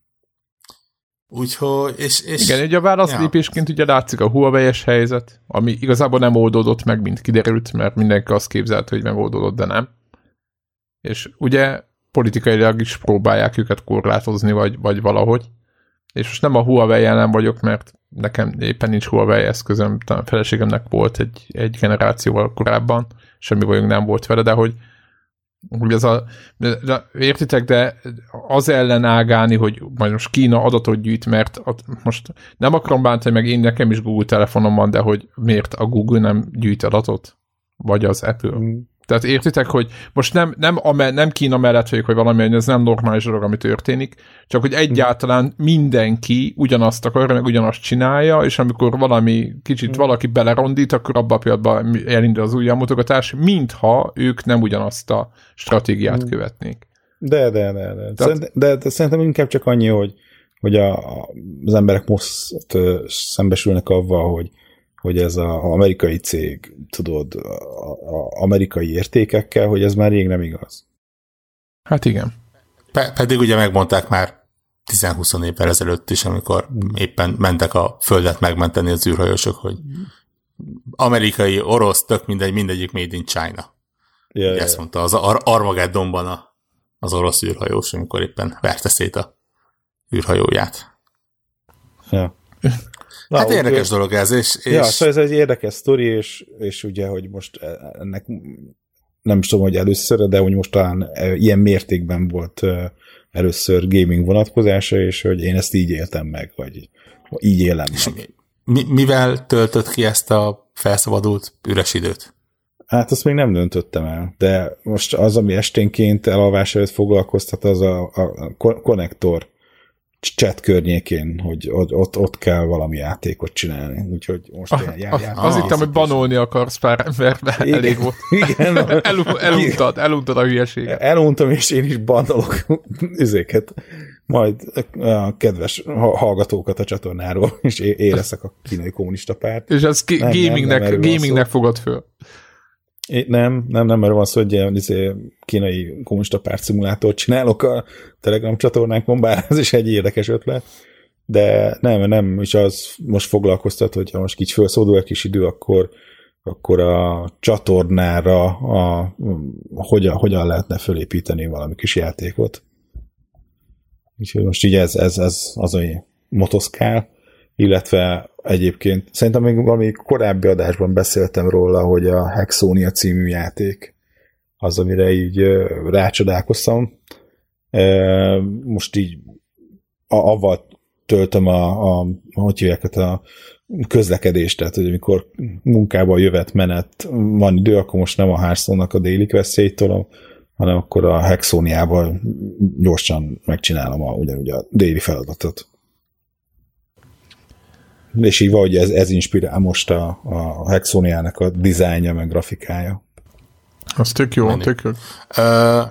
Úgyhogy, és, és igen, ugye a válaszlépésként ja. ugye látszik a Huawei-es helyzet, ami igazából nem oldódott meg, mint kiderült, mert mindenki azt képzelte, hogy megoldódott, de nem. És ugye politikailag is próbálják őket korlátozni, vagy, vagy valahogy. És most nem a Huawei-jel nem vagyok, mert nekem éppen nincs Huawei eszközöm, talán a feleségemnek volt egy, egy generációval korábban, semmi bajunk nem volt vele, de hogy, hogy ez a, de, értitek, de az ellen ágálni, hogy majd most Kína adatot gyűjt, mert most nem akarom bántani, meg én nekem is Google telefonom van, de hogy miért a Google nem gyűjt adatot? Vagy az Apple? Mm. Tehát értitek, hogy most nem, nem, nem Kína mellett vagyok, hogy valami, ez nem normális dolog, ami történik, csak hogy egyáltalán mindenki ugyanazt akarja, meg ugyanazt csinálja, és amikor valami kicsit valaki belerondít, akkor abban a pillanatban elindul az újjámutogatás, mintha ők nem ugyanazt a stratégiát követnék. De, de, de. De, Tehát, de, de, de szerintem inkább csak annyi, hogy, hogy a, az emberek most szembesülnek avval, hogy hogy ez az amerikai cég, tudod, az amerikai értékekkel, hogy ez már rég nem igaz. Hát igen. Pe- pedig ugye megmondták már tíz-húsz évvel ezelőtt is, amikor éppen mentek a földet megmenteni az űrhajósok, hogy amerikai, orosz, tök mindegy, mindegyik made in China. Yeah, ezt yeah. mondta az Ar- Armageddonban a, az orosz űrhajós, amikor éppen verte szét a űrhajóját. Ja. Na, hát érdekes ő, dolog ez, és... és... Ja, szóval ez egy érdekes sztori, és, és ugye, hogy most ennek nem is tudom, hogy először, de hogy most talán ilyen mértékben volt először gaming vonatkozása, és hogy én ezt így éltem meg, vagy így élem meg. Mi, mivel töltött ki ezt a felszabadult üres időt? Hát azt még nem döntöttem el, de most az, ami esténként elalvás előtt foglalkoztat, az a, a konnektor chat környékén, hogy ott, ott kell valami játékot csinálni, úgyhogy most ah, ilyen jár, ah, azt hittem, hogy banolni akarsz pár emberbe, elég volt. Igen. El, eluntad, eluntad a hülyeséget. Eluntam, és én is banolok üzéket, majd a kedves hallgatókat a csatornáról, és én leszek a kínai kommunista párt. És ez nem, gamingnek, nem, nem gamingnek fogad föl. É, nem, nem, nem, mert van szó, hogy ilyen kínai kommunista párt szimulátort csinálok a Telegram csatornákon, bár ez is egy érdekes ötlet, de nem, nem, és az most foglalkoztat, hogyha most így felszódul egy kis idő, akkor, akkor a csatornára a, hogyan, hogyan lehetne fölépíteni valami kis játékot. Úgyhogy most így ez, ez, ez az, ami motoszkál, illetve egyébként szerintem még valami korábbi adásban beszéltem róla, hogy a Hexonia című játék az, amire így rácsodálkoztam. Most így avval töltöm a, a hogy hívják, a közlekedést, tehát hogy amikor munkában jövet menet van idő, akkor most nem a Hearthstone-nak a déli questjeit tolom, hanem akkor a Hexoniával gyorsan megcsinálom a, ugyanúgy a déli feladatot. És így valahogy ez, ez inspirál most a, a Hexoniának a dizájnja, meg grafikája. Az tök jó, Menni. tök jó. Uh,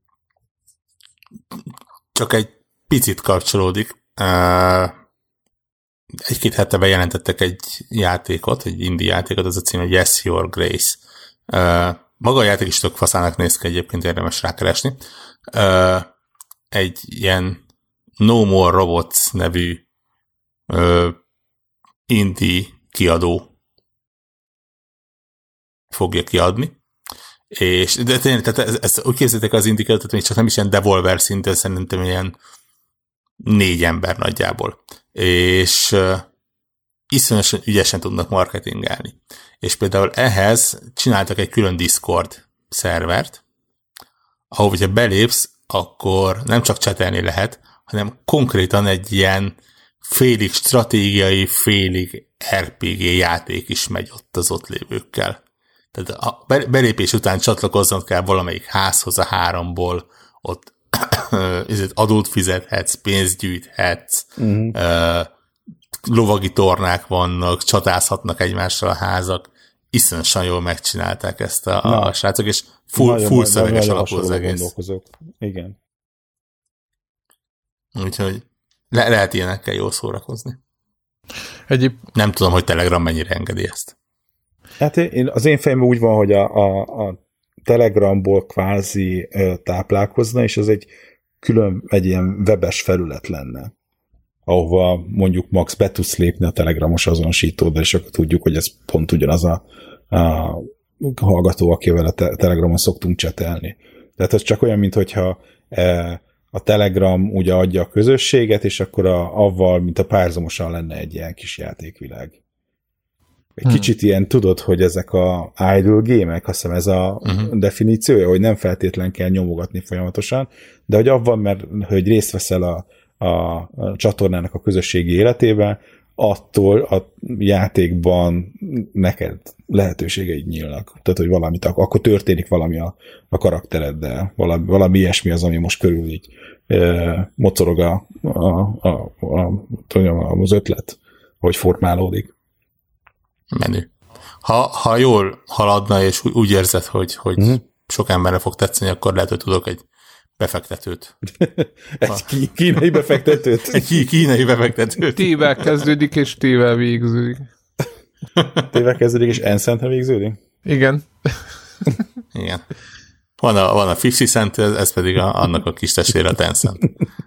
csak egy picit kapcsolódik. Uh, egy-két hete bejelentettek egy játékot, egy indie játékot, az a cím, hogy Yes, Your Grace. Uh, maga a játék is tök faszának néz ki, egyébként érdemes rákeresni. Uh, egy ilyen No More Robots nevű uh, indie kiadó fogja kiadni. És, de tényleg, tehát ezt, ezt úgy képzeljétek az indie kiadót, hogy csak nem is ilyen Devolver szinten, szerintem ilyen négy ember nagyjából. És uh, iszonyosan ügyesen tudnak marketingelni. És például ehhez csináltak egy külön Discord szervert, ahol, hogyha belépsz, akkor nem csak csetelni lehet, hanem konkrétan egy ilyen félig stratégiai, félig er pé gé játék is megy ott az ott lévőkkel. Tehát a belépés után csatlakoznod kell valamelyik házhoz a háromból, ott adót fizethetsz, pénzt gyűjthetsz, uh-huh. lovagi tornák vannak, csatázhatnak egymással a házak. Iszonyosan jól megcsinálták ezt a, a, a srácok, és full, full szöveges alapú az egész. Igen. Úgyhogy le, lehet ilyenekkel jól szórakozni. Egyéb... Nem tudom, hogy Telegram mennyire engedi ezt. Hát én, az én fejemben úgy van, hogy a, a, a Telegramból kvázi ö, táplálkozna, és az egy külön egy ilyen webes felület lenne, ahova mondjuk max be tudsz lépni a Telegramos azonosítódra, és akkor tudjuk, hogy ez pont ugyanaz a, a hallgató, akivel a te- Telegramon szoktunk csetelni. Tehát az csak olyan, mintha e, a Telegram ugye adja a közösséget, és akkor a, avval, mint a párzamosan lenne egy ilyen kis játékvilág. Egy hmm. kicsit ilyen, tudod, hogy ezek a idle game-ek, azt hiszem ez a uh-huh. definíciója, hogy nem feltétlen kell nyomogatni folyamatosan, de hogy avval, mert hogy részt veszel a, a, a csatornának a közösségi életében, attól a játékban neked lehetőségeid nyílnak. Tehát, hogy valamit, akkor történik valami a, a karaktereddel, valami, valami ilyesmi az, ami most körül így e, mocorog a, a, a, a, a, az ötlet, hogy formálódik. Menő. Ha, ha jól haladna, és úgy érzed, hogy, hogy uh-huh. sok emberre fog tetszeni, akkor lehet, hogy tudok egy befektetőt. Egy kí- kínai befektetőt? Egy kínai befektetőt. T-vel kezdődik, és T-vel végződik. T-vel kezdődik, és N-centre végződik? Igen. Igen. Van a, van a ötven cent, ez pedig a, annak a kis testvére a ten cent.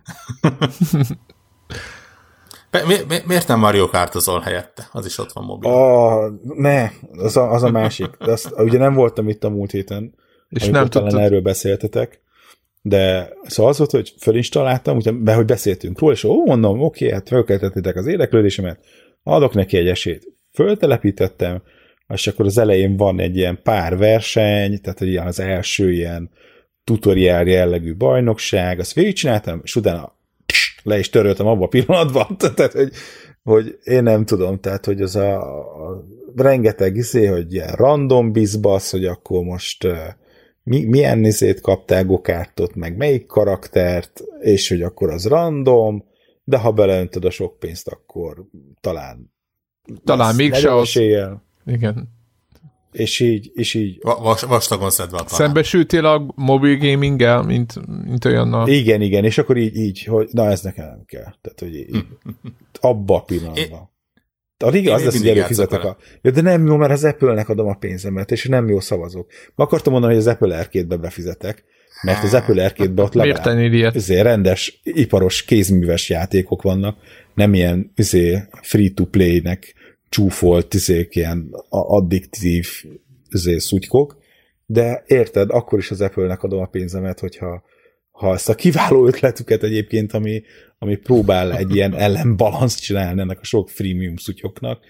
Mi, mi, miért nem Mario Kartozol helyette? Az is ott van mobil. Oh, ne, az a, az a másik. Azt, ugye nem voltam itt a múlt héten, és nem tudtad. Erről beszéltetek, de szóval az volt, hogy fölinstaláltam, ugye, hogy beszéltünk róla, és ó, mondom, oké, hát felkeltettétek az érdeklődésemet, adok neki egy esélyt. Föltelepítettem, és akkor az elején van egy ilyen pár verseny, tehát ilyen az első ilyen tutoriál jellegű bajnokság, azt végigcsináltam, és utána le is töröltem abban a pillanatban, tehát, hogy, hogy én nem tudom, tehát, hogy az a, a rengeteg izé, hogy ilyen random bizbasz, hogy akkor most uh, mi, milyen izét kaptál gokártot, meg melyik karaktert, és hogy akkor az random, de ha beleöntöd a sok pénzt, akkor talán talán mégse az. Igen. És így, és így... Vas, vastagon szedve a talán. Szembesültél a mobil gaminggel, mint, mint olyannal? Igen, igen, és akkor így, így, hogy na ez nekem nem kell. Tehát, hogy így, abba a pillanatban. Addig az lesz, hogy előfizetek a... Ja, de nem jó, mert az Apple-nek adom a pénzemet, és nem jó szavazok. Ma akartam mondani, hogy az Apple Arcade-be befizetek, mert az Apple Arcade-be ott legalább azért rendes, iparos, kézműves játékok vannak, nem ilyen izé, free-to-play-nek csúfolt, izék, ilyen addiktív izé, szutykok, de érted, akkor is az Apple-nek adom a pénzemet, hogyha ha ezt a kiváló ötletüket egyébként, ami, ami próbál egy ilyen ellenbalanszt csinálni ennek a sok freemium szutyoknak,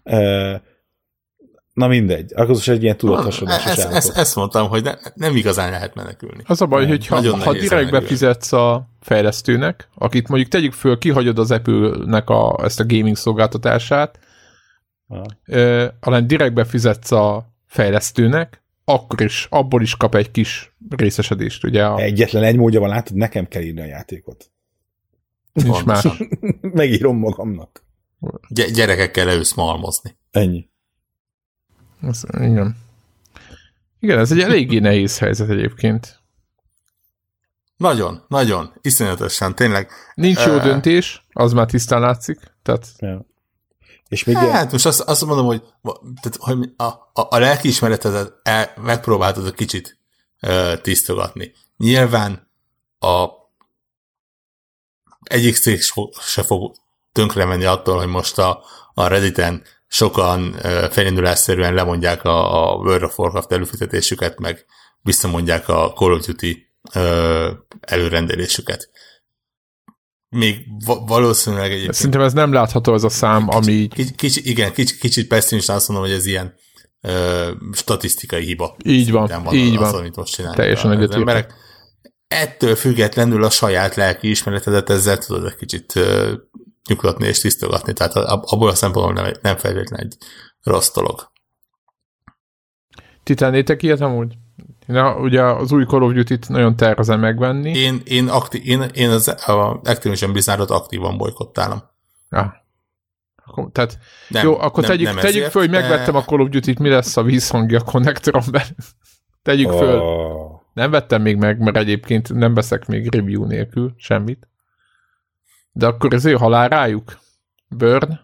na mindegy, akkor most egy ilyen tudathasadásos állatot. Ezt, ezt mondtam, hogy ne, nem igazán lehet menekülni. Az a baj, hogy ha, ha direkt befizetsz a fejlesztőnek, akit mondjuk tegyük föl, kihagyod az Apple-nek a, ezt a gaming szolgáltatását, alán direkt befizetsz a fejlesztőnek, akkor is, abból is kap egy kis részesedést, ugye? A... Egyetlen egy módja van, látod, nekem kell írni a játékot. Nincs más. Megírom magamnak. Gy- gyerekekkel leülsz malmozni. Ennyi. Ez, igen. Igen, ez egy eléggé nehéz helyzet egyébként. Nagyon, nagyon, iszonyatosan, tényleg. Nincs jó uh, döntés, az már tisztán látszik. Tehát... Ja. És még hát ilyen... most azt, azt mondom, hogy, tehát, hogy a, a, a lelkiismeretedet el, megpróbáltad a kicsit uh, tisztogatni. Nyilván a egyik cég se fog tönkre menni attól, hogy most a, a Redditen sokan uh, felindulásszerűen lemondják a, a World of Warcraft előfizetésüket, meg visszamondják a Call of Duty uh, előrendelésüket. Még va- valószínűleg egyébként... Szerintem ez nem látható az a szám, kicsi, ami... Kicsi, kicsi, igen, kicsi, kicsit pessimistán azt mondom, hogy ez ilyen ö, statisztikai hiba. Így van, van így az, van. amit most csinálnak. Teljesen egyetértek. Ettől függetlenül a saját lelki ismeretedet ezzel tudod egy kicsit ö, nyugtatni és tisztogatni. Tehát abból a szempontból nem, nem feltétlenül egy rossz dolog. Ti tennétek ilyet amúgy? Na, ugye az új Call of Duty-t nagyon tervezem megvenni. Én, én, aktív, én, én az a Activision Blizzardot aktívan bolykottálom. Ja. Akkor, tehát, nem, jó, akkor nem, tegyük, nem tegyük ezért, föl, hogy megvettem de... a Call of Duty-t, mi lesz a vízhangja a konnektoron belül. Tegyük oh. föl. Nem vettem még meg, mert egyébként nem veszek még review nélkül semmit. De akkor ezért halál rájuk? Burn?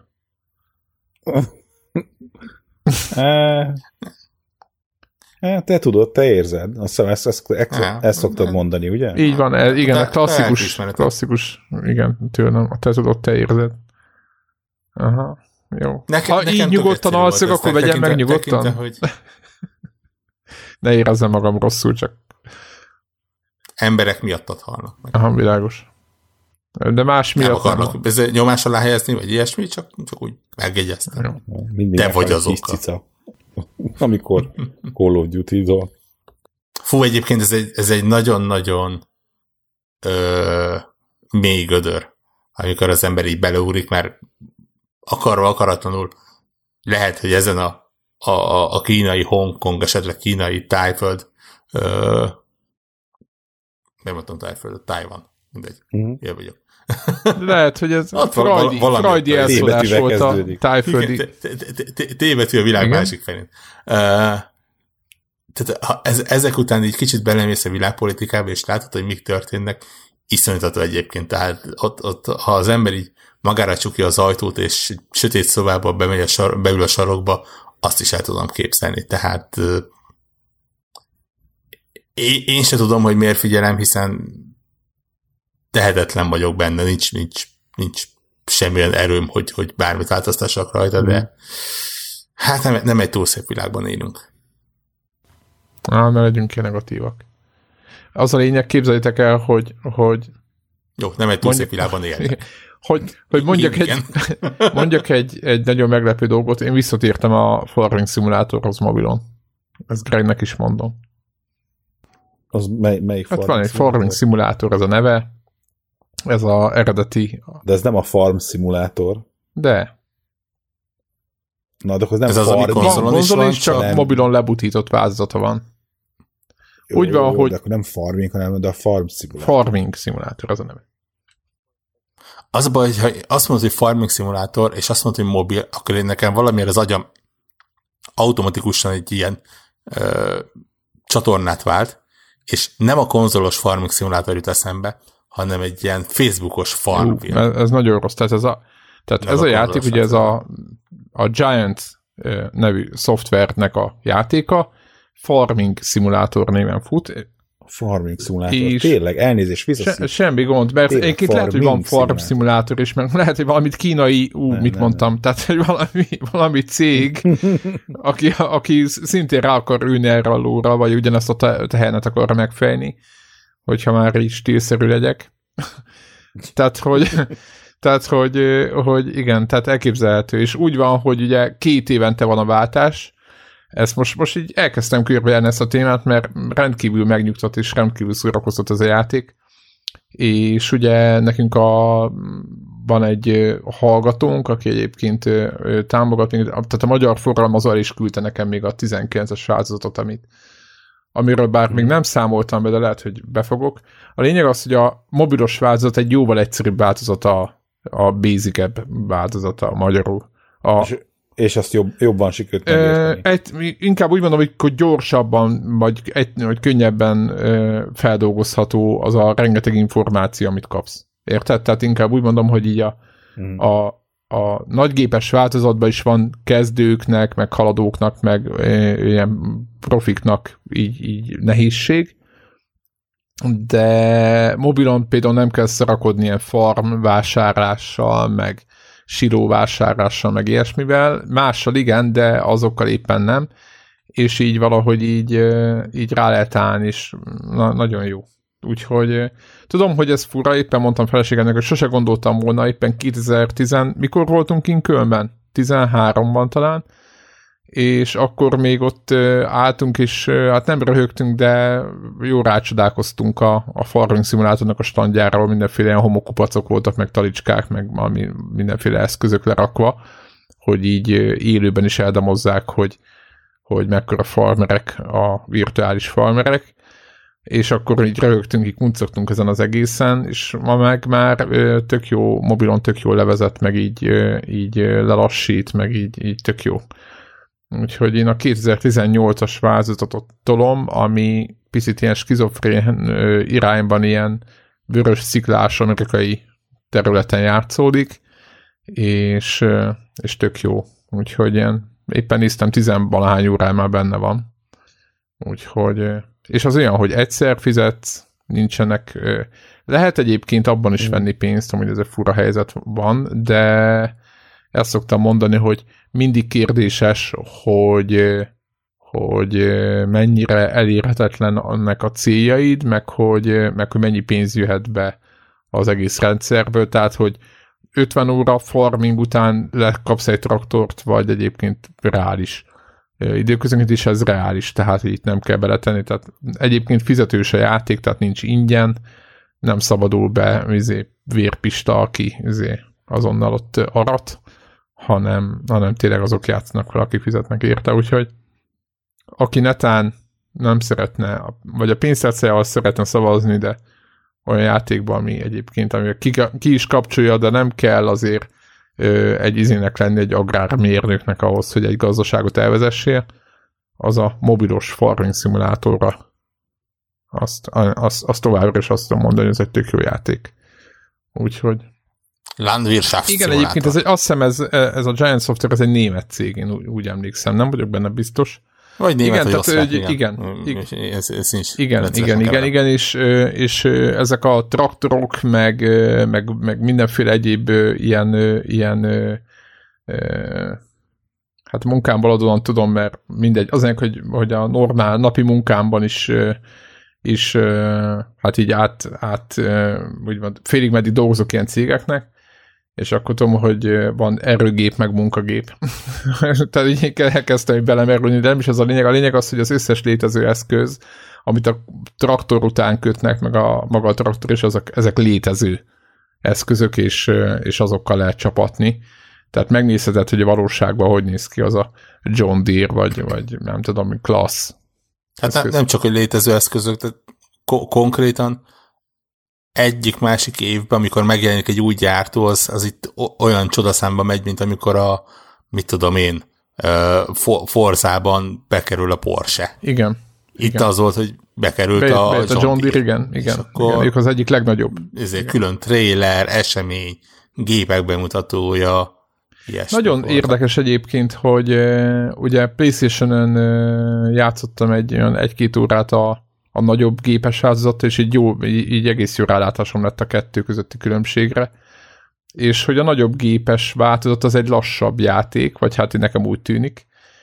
Te tudod, te érzed. Azt hiszem, ezt, ezt, ezt, ja, ezt szoktad mondani, ugye? Így van, ez, igen, a klasszikus, klasszikus, igen, tőlem, te tudod, te érzed. Aha, jó. Nekem, ha nekem így nyugodtan alszok, akkor vegyem meg nyugodtan. Tekinte, hogy... Ne érezzem magam rosszul, csak... Emberek miattad halnak meg. Aha, világos. De más miatt nem akarnak nem. Ez nyomás alá helyezni, vagy ilyesmi, csak, csak úgy megjegyeztem. Te vagy az oka. Amikor Call of Duty-zol. Fú, egyébként ez egy, ez egy nagyon-nagyon ö, mély gödör, amikor az ember így beleúrik, mert akarva akaratlanul lehet, hogy ezen a, a, a kínai Hongkong, esetleg kínai Tájföld, ö, nem mondtam Tájföld, a Tájvan, mindegy, mm. Jel vagyok. Lehet, hogy ez Freudi, Freudi elszólás volt a tájföldi. T-betű a világ másik felén. Tehát ha ezek után így kicsit belemész a világpolitikába, és látod, hogy mik történnek, iszonytató egyébként. Tehát ott, ott, ha az ember így magára csukja az ajtót, és sötét szobába bemegy a sar, beül a sarokba, azt is el tudom képzelni. Tehát én, én se tudom, hogy miért figyelem, hiszen tehetetlen vagyok benne, nincs, nincs, nincs semmilyen erőm, hogy, hogy bármit változtassak rajta, de mm. hát nem, nem egy túl szép világban élünk. Á, ne legyünk ki negatívak. Az a lényeg, képzeljétek el, hogy, hogy jó, nem egy túl mondj... szép világban élnek. hogy, hogy mondjak, egy, mondjak egy, egy nagyon meglepő dolgot, én visszatértem a Farming Simulatorhoz mobilon. Ezt Gregnek is mondom. Az mely, melyik hát van egy Farming Simulator, ez a neve, ez az eredeti. De ez nem a Farm Simulator. De. Na, de az nem ez az, ami konzolon is van, is, csak nem... mobilon lebutított változata van. Jó, úgy van, jó, hogy... De akkor nem Farming, hanem de a Farm Simulator. Farming Simulator, az a neve. Az a baj, hogy ha azt mondod, hogy Farming Simulator, és azt mondod, hogy mobil, akkor én nekem valamiért az agyam automatikusan egy ilyen ö, csatornát vált, és nem a konzolos Farming Simulator jut eszembe, hanem egy ilyen Facebookos farmfilm. Ez, ez nagyon rossz. Tehát ez a, tehát ez a, a játék, ugye ez a, a Giant nevű szoftvernek a játéka, Farming Simulator néven fut. Farming Simulator, tényleg, elnézés, visszaszít. Se, semmi gond, mert egyébként lehet, hogy van Farm Simulator is, mert lehet, hogy valamit kínai, ú, nem, mit nem, mondtam, nem. Tehát hogy valami, valami cég, aki, aki szintén rá akar ülni erre a lóra, vagy ugyanezt a tehenet akarra megfejni, hogyha már így stílszerű legyek. tehát, hogy, tehát hogy, hogy igen, tehát elképzelhető. És úgy van, hogy ugye két évente van a váltás. Ezt most, most így elkezdtem körbejárni ezt a témát, mert rendkívül megnyugtat és rendkívül szórakoztat ez a játék. És ugye nekünk a, van egy hallgatónk, aki egyébként támogat, tehát a magyar forgalmazó is küldte nekem még a tizenkilences változatot, amit, amiről bár még nem számoltam be, de lehet, hogy befogok. A lényeg az, hogy a mobilos változat egy jóval egyszerűbb változata, a basic-ebb változata magyarul. A, és, és azt jobb, jobban sikerült megérteni. Egy, inkább úgy mondom, hogy gyorsabban, vagy, egy, vagy könnyebben feldolgozható az a rengeteg információ, amit kapsz. Érted? Tehát inkább úgy mondom, hogy így a, hmm. a, a nagygépes változatban is van kezdőknek, meg haladóknak, meg ilyen profiknak így, így nehézség, de mobilon például nem kell szarakodni ilyen farm vásárlással, meg siló vásárlással, meg ilyesmivel. Mással igen, de azokkal éppen nem. És így valahogy így, így rá lehet állni, és na, nagyon jó. Úgyhogy tudom, hogy ez fura, éppen mondtam feleségemnek, hogy sose gondoltam volna, éppen kétezer-tíz, mikor voltunk kint Kölnben? tizenháromban talán, és akkor még ott álltunk, és hát nem röhögtünk, de jó rácsodálkoztunk a, a farming szimulátornak a standjára, ahol mindenféle ilyen homokupacok voltak, meg talicskák, meg valami, mindenféle eszközök lerakva, hogy így élőben is eldamozzák, hogy, hogy mekkora farmerek a virtuális farmerek, és akkor így röhögtünk, így muncogtunk ezen az egészen, és ma meg már tök jó, mobilon tök jó levezet, meg így, így lelassít, meg így, így tök jó. Úgyhogy én a kétezer-tizennyolcas változatot tolom, ami picit ilyen skizofrén irányban ilyen vörös sziklás amerikai területen játszódik, és, és tök jó. Úgyhogy ilyen, éppen néztem, tizenvalahány órán már benne van. Úgyhogy, és az olyan, hogy egyszer fizetsz, nincsenek, lehet egyébként abban is venni pénzt, amúgy ez egy fura helyzet van, de ezt szoktam mondani, hogy mindig kérdéses, hogy, hogy mennyire elérhetetlen annak a céljaid, meg hogy, meg hogy mennyi pénz jöhet be az egész rendszerből, tehát hogy ötven óra farming után lekapsz egy traktort, vagy egyébként reális. Időközönként is ez reális, tehát itt nem kell beletenni, tehát egyébként fizetős a játék, tehát nincs ingyen, nem szabadul be izé, vérpista, aki izé, azonnal ott arat, hanem, hanem tényleg azok játszanak fel, akik fizetnek érte, úgyhogy aki netán nem szeretne, vagy a pénztárcájával szeretne szavazni, de olyan játékban, ami egyébként, ami ki, ki is kapcsolja, de nem kell azért ö, egy izének lenni, egy agrármérnöknek ahhoz, hogy egy gazdaságot elvezessél, az a mobilos farming szimulátorra azt, azt, azt továbbra is azt tudom mondani, hogy ez egy tök jó játék. Úgyhogy Landwirtschaft igen, egyébként ez egy, azt hiszem ez, ez a Giant Software, ez egy német cég, én úgy, úgy emlékszem, nem vagyok benne biztos. Vagy német, igen, vagy tehát, osztrák, igen. Igen, igen, ez, ez nincs igen, igen, igen, igen, és, és ezek a traktorok, meg, meg, meg mindenféle egyéb ilyen, ilyen hát munkámból adóan tudom, mert mindegy, azért, hogy, hogy a normál napi munkámban is és hát így át, át úgymond félig meddig dolgozok ilyen cégeknek, és akkor tudom, hogy van erőgép, meg munkagép. Tehát így elkezdtem belemerülni, de nem is ez a lényeg. A lényeg az, hogy az összes létező eszköz, amit a traktor után kötnek, meg a maga a traktor, és azok, ezek létező eszközök, és, és azokkal lehet csapatni. Tehát megnézheted, hogy a valóságban hogy néz ki az a John Deere, vagy, vagy nem tudom, Class. Hát nem, nem csak, hogy létező eszközök, de ko- konkrétan egyik-másik évben, amikor megjelenik egy új gyártó, az, az itt olyan csodaszámba megy, mint amikor a, mit tudom én, uh, Forzában bekerül a Porsche. Igen. Itt igen. az volt, hogy bekerült Be, a, be, a John, John Deere. Igen, igen. Akkor igen, ők az egyik legnagyobb. Ezért külön trailer, esemény, gépek bemutatója, ilyesmi. Nagyon volt. Érdekes egyébként, hogy uh, ugye PlayStation-ön uh, játszottam egy olyan egy-két órát a a nagyobb gépes változattal, és így, jó, így, így egész jó rálátásom lett a kettő közötti különbségre. És hogy a nagyobb gépes változat az egy lassabb játék, vagy hát nekem úgy tűnik,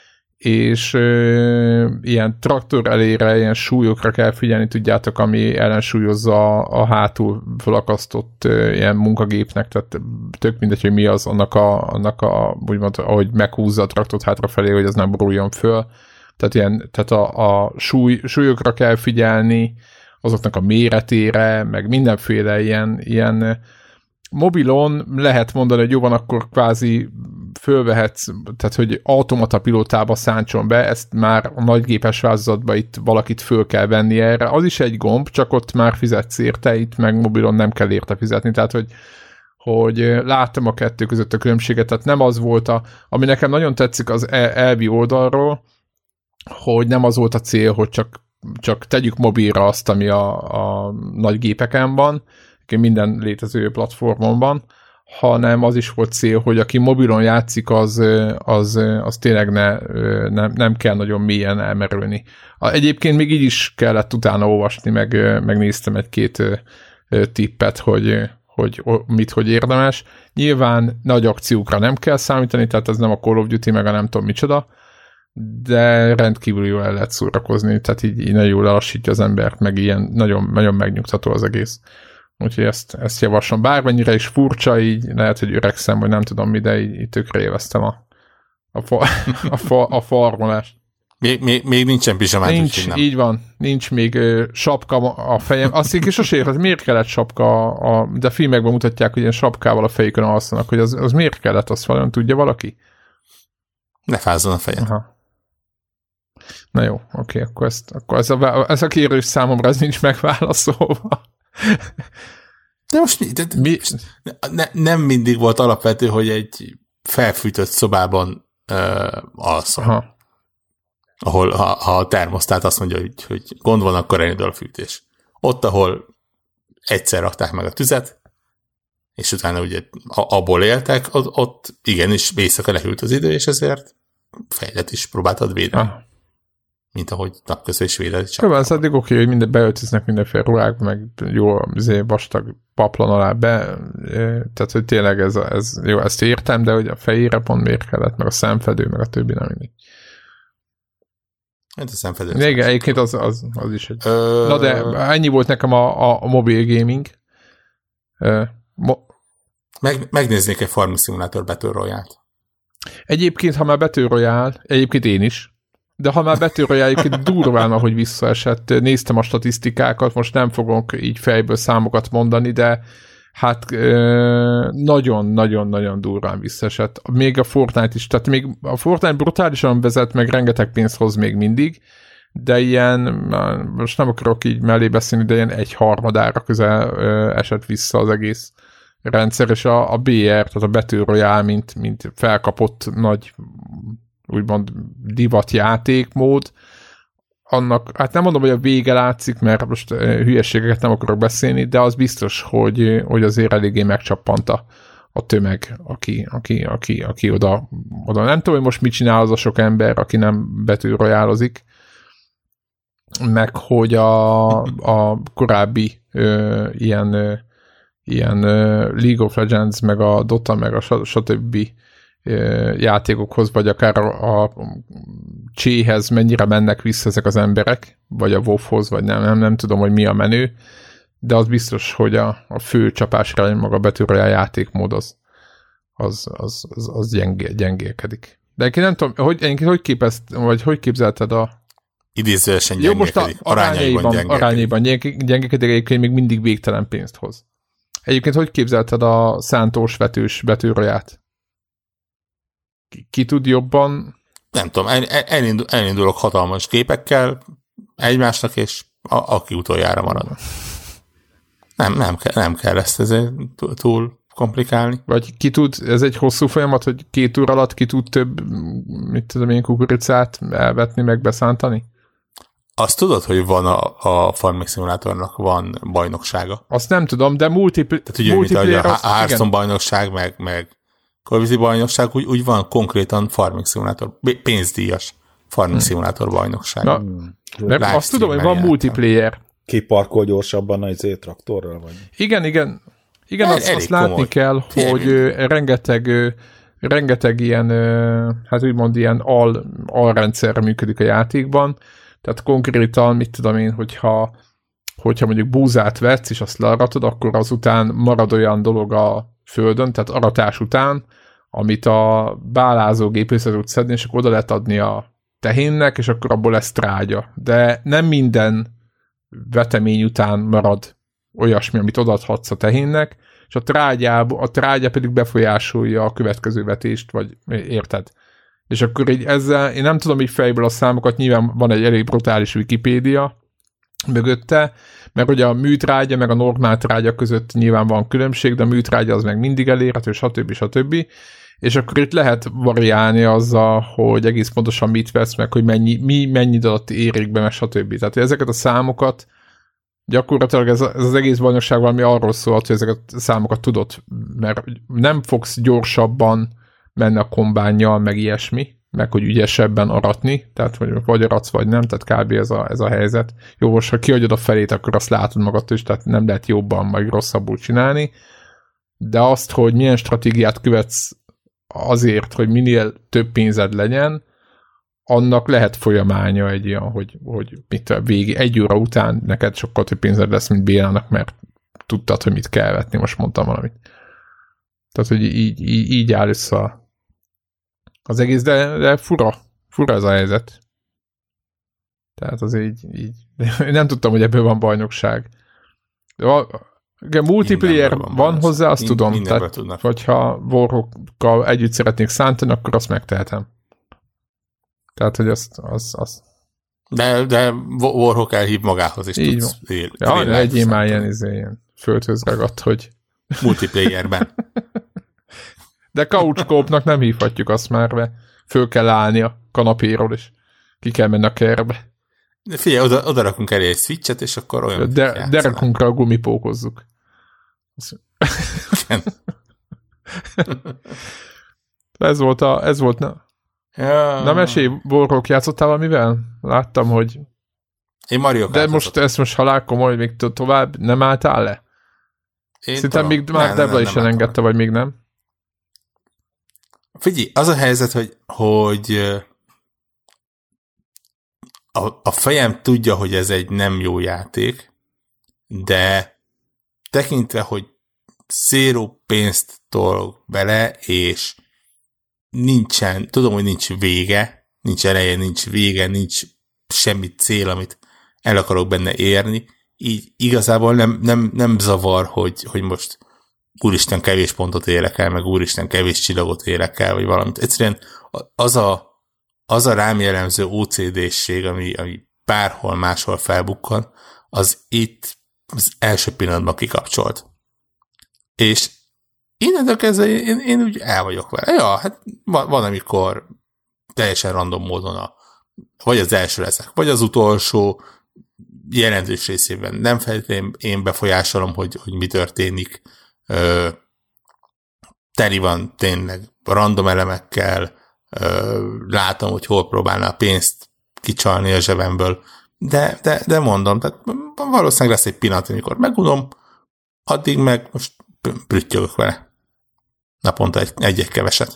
és ö, ilyen traktor elére, ilyen súlyokra kell figyelni, tudjátok, ami ellensúlyozza a, a hátul felakasztott ö, ilyen munkagépnek, tehát tök mindegy, hogy mi az annak a, annak a úgymond, ahogy meghúzza a traktort hátrafelé, hogy az nem boruljon föl. Tehát, ilyen, tehát a, a súly, súlyokra kell figyelni, azoknak a méretére, meg mindenféle ilyen, ilyen mobilon lehet mondani, hogy jó van, akkor kvázi fölvehetsz, tehát hogy automata pilótába szántson be, ezt már a nagygépes változatban itt valakit föl kell venni erre. Az is egy gomb, csak ott már fizetsz érte, itt meg mobilon nem kell érte fizetni, tehát hogy, hogy láttam a kettő között a különbséget, tehát nem az volt a, ami nekem nagyon tetszik az elvi oldalról, hogy nem az volt a cél, hogy csak, csak tegyük mobilra azt, ami a, a nagy gépeken van, minden létező platformon van, hanem az is volt cél, hogy aki mobilon játszik, az, az, az tényleg ne, nem, nem kell nagyon mélyen elmerülni. Egyébként még így is kellett utána olvasni, meg, megnéztem egy-két tippet, hogy, hogy mit, hogy érdemes. Nyilván nagy akciókra nem kell számítani, tehát ez nem a Call of Duty, meg a nem tudom micsoda, de rendkívül jól el lehet szórakozni, tehát így, így nagyon jól elassítja az embert, meg ilyen nagyon, nagyon megnyugtató az egész. Úgyhogy ezt, ezt javaslom. Bármennyire is furcsa, így lehet, hogy öregszem, vagy nem tudom mi, de így, így tökre élveztem a, a, fa, a, fa, a farmolást. Még, még, még nincsen pizsamát, nincs, nem. Így van. Nincs még ö, sapka a fejem. Azt én sosem értem, miért kellett sapka, a, de filmekben mutatják, hogy ilyen sapkával a fejükön alszanak, hogy az, az miért kellett, azt valami tudja valaki? Ne fázzon a fejed. Aha. Na jó, oké, akkor, ezt, akkor ez, a, ez a kérés számomra ez nincs megválaszolva. De most mi? De, mi? Ne, nem mindig volt alapvető, hogy egy felfűtött szobában uh, alszol. Aha. Ahol ha, ha a termosztát azt mondja, hogy, hogy gond van, akkor elindul a fűtés. Ott, ahol egyszer rakták meg a tüzet, és utána ugye abból éltek, ott, ott igenis éjszaka lehűlt az idő, és ezért fejlet is próbáltad védeni. Aha. Mint ahogy napközben is védeni. Csak az addig oké, hogy minden beöltöznek mindenféle ruhákba, meg jó vastag paplan alá be, tehát hogy tényleg ez, ez jó, ezt értem, de hogy a fejére pont miért kellett, meg a szemfedő, meg a többi nem mindig. Hát a szemfedő. Igen, egyébként az, az, az is egy... Ö... Na de ennyi volt nekem a, a, a mobil gaming. Mo... Meg, megnéznék egy Farming Simulator Battle Royale-t. Egyébként, ha már Battle Royale, egyébként én is, de ha már Battle Royale, egyébként durván, ahogy visszaesett, néztem a statisztikákat, most nem fogok így fejből számokat mondani, de hát nagyon-nagyon-nagyon durván visszaesett. Még a Fortnite is, tehát még a Fortnite brutálisan vezet, meg rengeteg pénzt hoz még mindig, de ilyen, most nem akarok így mellé beszélni, de ilyen egy harmadára közel esett vissza az egész rendszer, és a, a bé er, tehát a Battle Royale, mint, mint felkapott nagy úgymond divat játékmód, annak, hát nem mondom, hogy a vége látszik, mert most hülyeségeket nem akarok beszélni, de az biztos, hogy, hogy azért eléggé megcsappant a, a tömeg, aki, aki, aki, aki oda, oda. Nem tudom, hogy most mit csinál az a sok ember, aki nem Battle Royale-ozik, meg hogy a, a korábbi ö, ilyen, ö, ilyen ö, League of Legends, meg a Dota, meg a stb. Játékokhoz, vagy akár a, a cséhez mennyire mennek vissza ezek az emberek, vagy a WoW-hoz, vagy nem, nem, nem tudom, hogy mi a menő, de az biztos, hogy a, a fő csapásra maga Battle Royale játékmód az, az, az, az, az gyengé, gyengélkedik. De egyébként nem tudom, hogy, egyébként hogy képezt, vagy hogy képzelted a idézőesen gyengélkedik. Jó, most a arányaiban, arányaiban, arányaiban gyengélkedik, egyébként még mindig végtelen pénzt hoz. Egyébként hogy képzelted a szántós vetős Battle Royale-t? Ki, ki tud jobban? Nem tudom, el, elindul, elindulok hatalmas képekkel egymásnak, és a, aki utoljára marad. Nem, nem, kell, nem kell ezt ezért túl komplikálni. Vagy ki tud, ez egy hosszú folyamat, hogy két óra alatt ki tud több, mit tudom én, kukoricát elvetni, meg beszántani? Azt tudod, hogy van a, a Farming Simulatornak van bajnoksága? Azt nem tudom, de multipl- Tehát ugye, multiplayer... Tehát, a Hearthstone bajnokság, meg, meg Call of Duty bajnokság, úgy, úgy van konkrétan Farming Simulator, pénzdíjas Farming hmm. Simulator bajnokság. Na, de azt tudom, hogy van multiplayer. Ki parkol gyorsabban az traktorral? Vagy? Igen, igen. Igen, El, azt, azt látni kell, hogy ö, rengeteg ö, rengeteg ilyen, hát úgymond ilyen al, alrendszer működik a játékban, tehát konkrétan, mit tudom én, hogyha, hogyha mondjuk búzát vetsz, és azt learatod, akkor azután marad olyan dolog a földön, tehát aratás után, amit a bálázógép össze tud szedni, és akkor oda lehet adni a tehénnek, és akkor abból lesz trágya. De nem minden vetemény után marad olyasmi, amit odaadhatsz a tehénnek, és a trágyába, a trágya pedig befolyásolja a következő vetést, vagy érted? És akkor így ezzel, én nem tudom így fejből a számokat, nyilván van egy elég brutális Wikipédia mögötte, mert ugye a műtrágya meg a normál trágya között nyilván van különbség, de a műtrágya az meg mindig elérhető, stb. stb. És akkor itt lehet variálni azzal, hogy egész pontosan mit vesz meg, hogy mennyi, mi mennyi alatt érik be, meg stb. Tehát ezeket a számokat gyakorlatilag ez, ez az egész bajnokság valami arról szólt, hogy ezeket a számokat tudod, mert nem fogsz gyorsabban menni a kombánnyal, meg ilyesmi, meg hogy ügyesebben aratni, tehát hogy vagy aratsz, vagy nem, tehát kb. ez a, ez a helyzet. Jó, most ha kiadod a felét, akkor azt látod magadtól is, tehát nem lehet jobban, vagy rosszabbul csinálni, de azt, hogy milyen stratégiát követsz azért, hogy minél több pénzed legyen, annak lehet folyamánya egy ilyen, hogy, hogy mit végig egy óra után neked sokkal több pénzed lesz, mint Bélának, mert tudtad, hogy mit kell vetni, most mondtam valamit. Tehát, hogy így, így, így áll össze az egész, de, de fura, fura ez a helyzet. Tehát az így, így nem tudtam, hogy ebből van bajnokság. De multiplayer van, van hozzá, azt mind, tudom. Tehát, hogyha Warhawkkal együtt szeretnék szántani, akkor azt megtehetem. Tehát, hogy azt... azt, azt. De, de Warhawk elhív magához, és így tudsz él, ja, egyéb már ilyen, izé, ilyen földhöz ragadt, hogy... Multiplayerben. De couchkópnak nem hívhatjuk azt már, mert föl kell állni a kanapéról, és ki kell menni a kerbe. De figyelj, oda, oda rakunk elé egy switchet, és akkor olyan... De, derekunkra gumipókozzuk. ez volt a... Ez volt, na... Ja. Na mesélj, Warhawk, játszottál valamivel? Láttam, hogy... Én Mario Kart. De most ezt most halál komoly, még tovább nem álltál le? Szerintem még már Debla is elengedte, vagy még nem? Figyelj, az a helyzet, hogy, hogy a, a fejem tudja, hogy ez egy nem jó játék, de tekintve, hogy zéró pénzt tolok bele, és nincsen, tudom, hogy nincs vége, nincs eleje, nincs vége, nincs semmi cél, amit el akarok benne érni, így igazából nem, nem, nem zavar, hogy, hogy most úristen kevés pontot érek el, meg úristen kevés csillagot érek el, vagy valamit. Egyszerűen az a, az a rám jellemző ó cé dé-ség, ami, ami bárhol máshol felbukkan, az itt az első pillanatban kikapcsolt. És innentől kezdve én, én úgy el vagyok vele. Ja, hát van, van amikor teljesen random módon a, vagy az első leszek, vagy az utolsó, jelentős részében nem feltétlenül én befolyásolom, hogy, hogy mi történik. Ö, teli van tényleg random elemekkel, ö, látom, hogy hol próbálna a pénzt kicsalni a zsebemből, de, de, de mondom, tehát valószínűleg lesz egy pillanat, amikor megunom, addig meg most brüttyögök vele. Naponta egy, egy-egy keveset.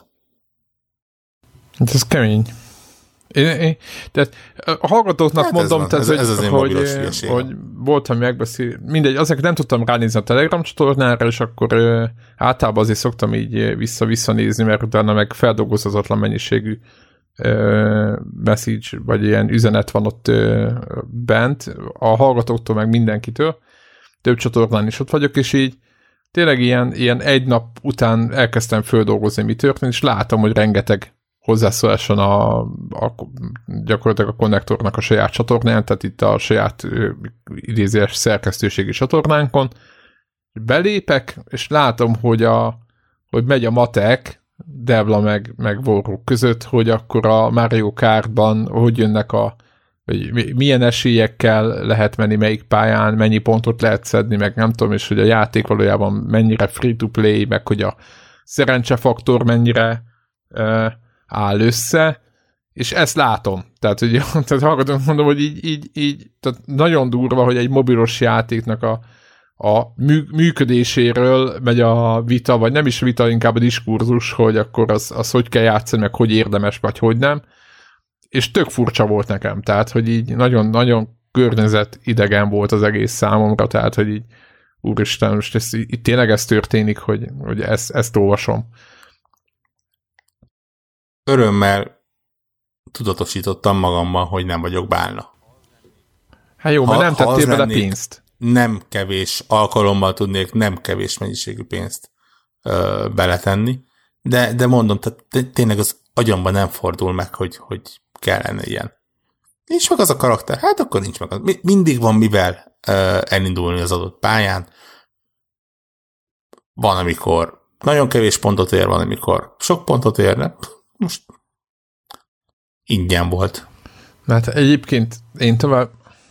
Hát ez kemény. Én, én, tehát a hallgatóknak hát mondom, ez, tehát, ez, ez az hogy, hogy, hogy voltam megbeszélni, mindegy, azért nem tudtam ránézni a Telegram csatornára, és akkor ö, általában azért szoktam így vissza-vissza nézni, mert utána meg feldolgozhatatlan mennyiségű ö, message, vagy ilyen üzenet van ott ö, bent, a hallgatóktól meg mindenkitől, több csatornán is ott vagyok, és így tényleg ilyen, ilyen egy nap után elkezdtem földolgozni, mi történt, és látom, hogy rengeteg hozzászóláson a, a, gyakorlatilag a konnektornak a saját csatornán, tehát itt a saját idézés szerkesztőségi csatornánkon. Belépek, és látom, hogy, a, hogy megy a matek, Debla meg, meg Warhawk között, hogy akkor a Mario Kartban hogy jönnek a hogy milyen esélyekkel lehet menni melyik pályán, mennyi pontot lehet szedni, meg nem tudom, és hogy a játék valójában mennyire free-to-play, meg hogy a szerencsefaktor mennyire uh, áll össze, és ezt látom. Tehát, hogy tehát hallgatom, mondom, hogy így, így, így tehát nagyon durva, hogy egy mobilos játéknak a, a mű- működéséről megy a vita, vagy nem is vita, inkább a diskurzus, hogy akkor az, az hogy kell játszani, meg hogy érdemes, vagy hogy nem. És tök furcsa volt nekem, tehát, hogy így nagyon-nagyon környezet idegen volt az egész számomra, tehát, hogy így úristen, most ez, itt tényleg ez történik, hogy, hogy ezt, ezt olvasom. Örömmel tudatosítottam magamban, hogy nem vagyok bálna. Hát jó, ha, mert nem tettél bele pénzt. Nem kevés alkalommal tudnék nem kevés mennyiségű pénzt ö, beletenni, de, de mondom, tehát tényleg az agyamban nem fordul meg, hogy, hogy kellene ilyen. Nincs meg az a karakter, hát akkor nincs meg az. Mindig van mivel ö, elindulni az adott pályán. Van, amikor nagyon kevés pontot ér, van, amikor sok pontot érne. Most ingyen volt. Mert egyébként én tovább...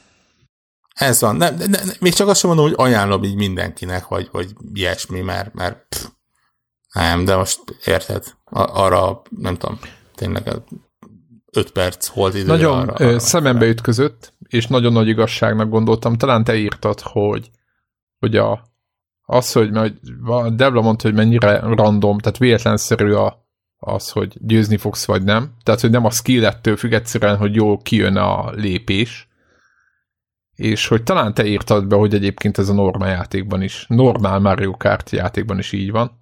Ez van. Nem, ne, ne, még csak azt sem mondom, hogy ajánlom így mindenkinek, vagy, vagy ilyesmi, mert, mert pff, nem, de most érted? Arra, nem tudom, tényleg öt perc volt idő. Nagyon arra, arra szemembe ütközött, és nagyon nagy igazságnak gondoltam. Talán te írtad, hogy, hogy a, az, hogy mert Debla mondta, hogy mennyire random, tehát véletlenszerű a az, hogy győzni fogsz, vagy nem. Tehát, hogy nem a skill-ettől függ egyszerűen, hogy jól kijön a lépés. És hogy talán te írtad be, hogy egyébként ez a normál játékban is, normál Mario Kart játékban is így van.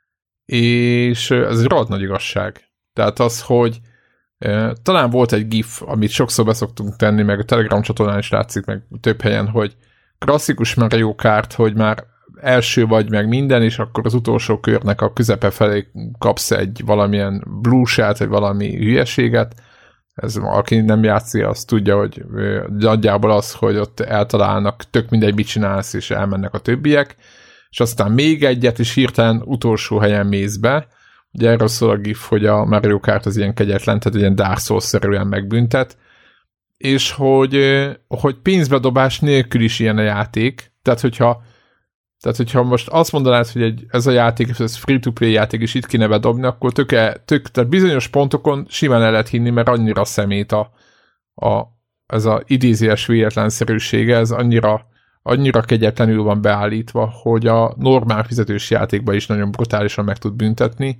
És ez egy rohadt nagy igazság. Tehát az, hogy e, talán volt egy gif, amit sokszor beszoktunk tenni, meg a Telegram csatornán is látszik, meg több helyen, hogy klasszikus Mario Kart, hogy már első vagy meg minden, és akkor az utolsó körnek a közepe felé kapsz egy valamilyen blue-shát, vagy valami hülyeséget. Ez, aki nem játszik, az tudja, hogy nagyjából az, hogy ott eltalálnak, tök mindegy, mit csinálsz, és elmennek a többiek, és aztán még egyet, és hirtelen utolsó helyen mész be. Ugye erről szól a gif, hogy a Mario Kart az ilyen kegyetlen, tehát ilyen Dark Souls-szerűen megbüntet, és hogy, hogy pénzbedobás nélkül is ilyen a játék, tehát hogyha Tehát, hogyha most azt mondanád, hogy egy, ez a játék, ez free-to-play játék, és itt kéne bedobni, akkor tök, tök, tehát bizonyos pontokon simán el lehet hinni, mert annyira szemét a, a, ez a idézélyes véletlenszerűsége, ez annyira, annyira kegyetlenül van beállítva, hogy a normál fizetős játékban is nagyon brutálisan meg tud büntetni,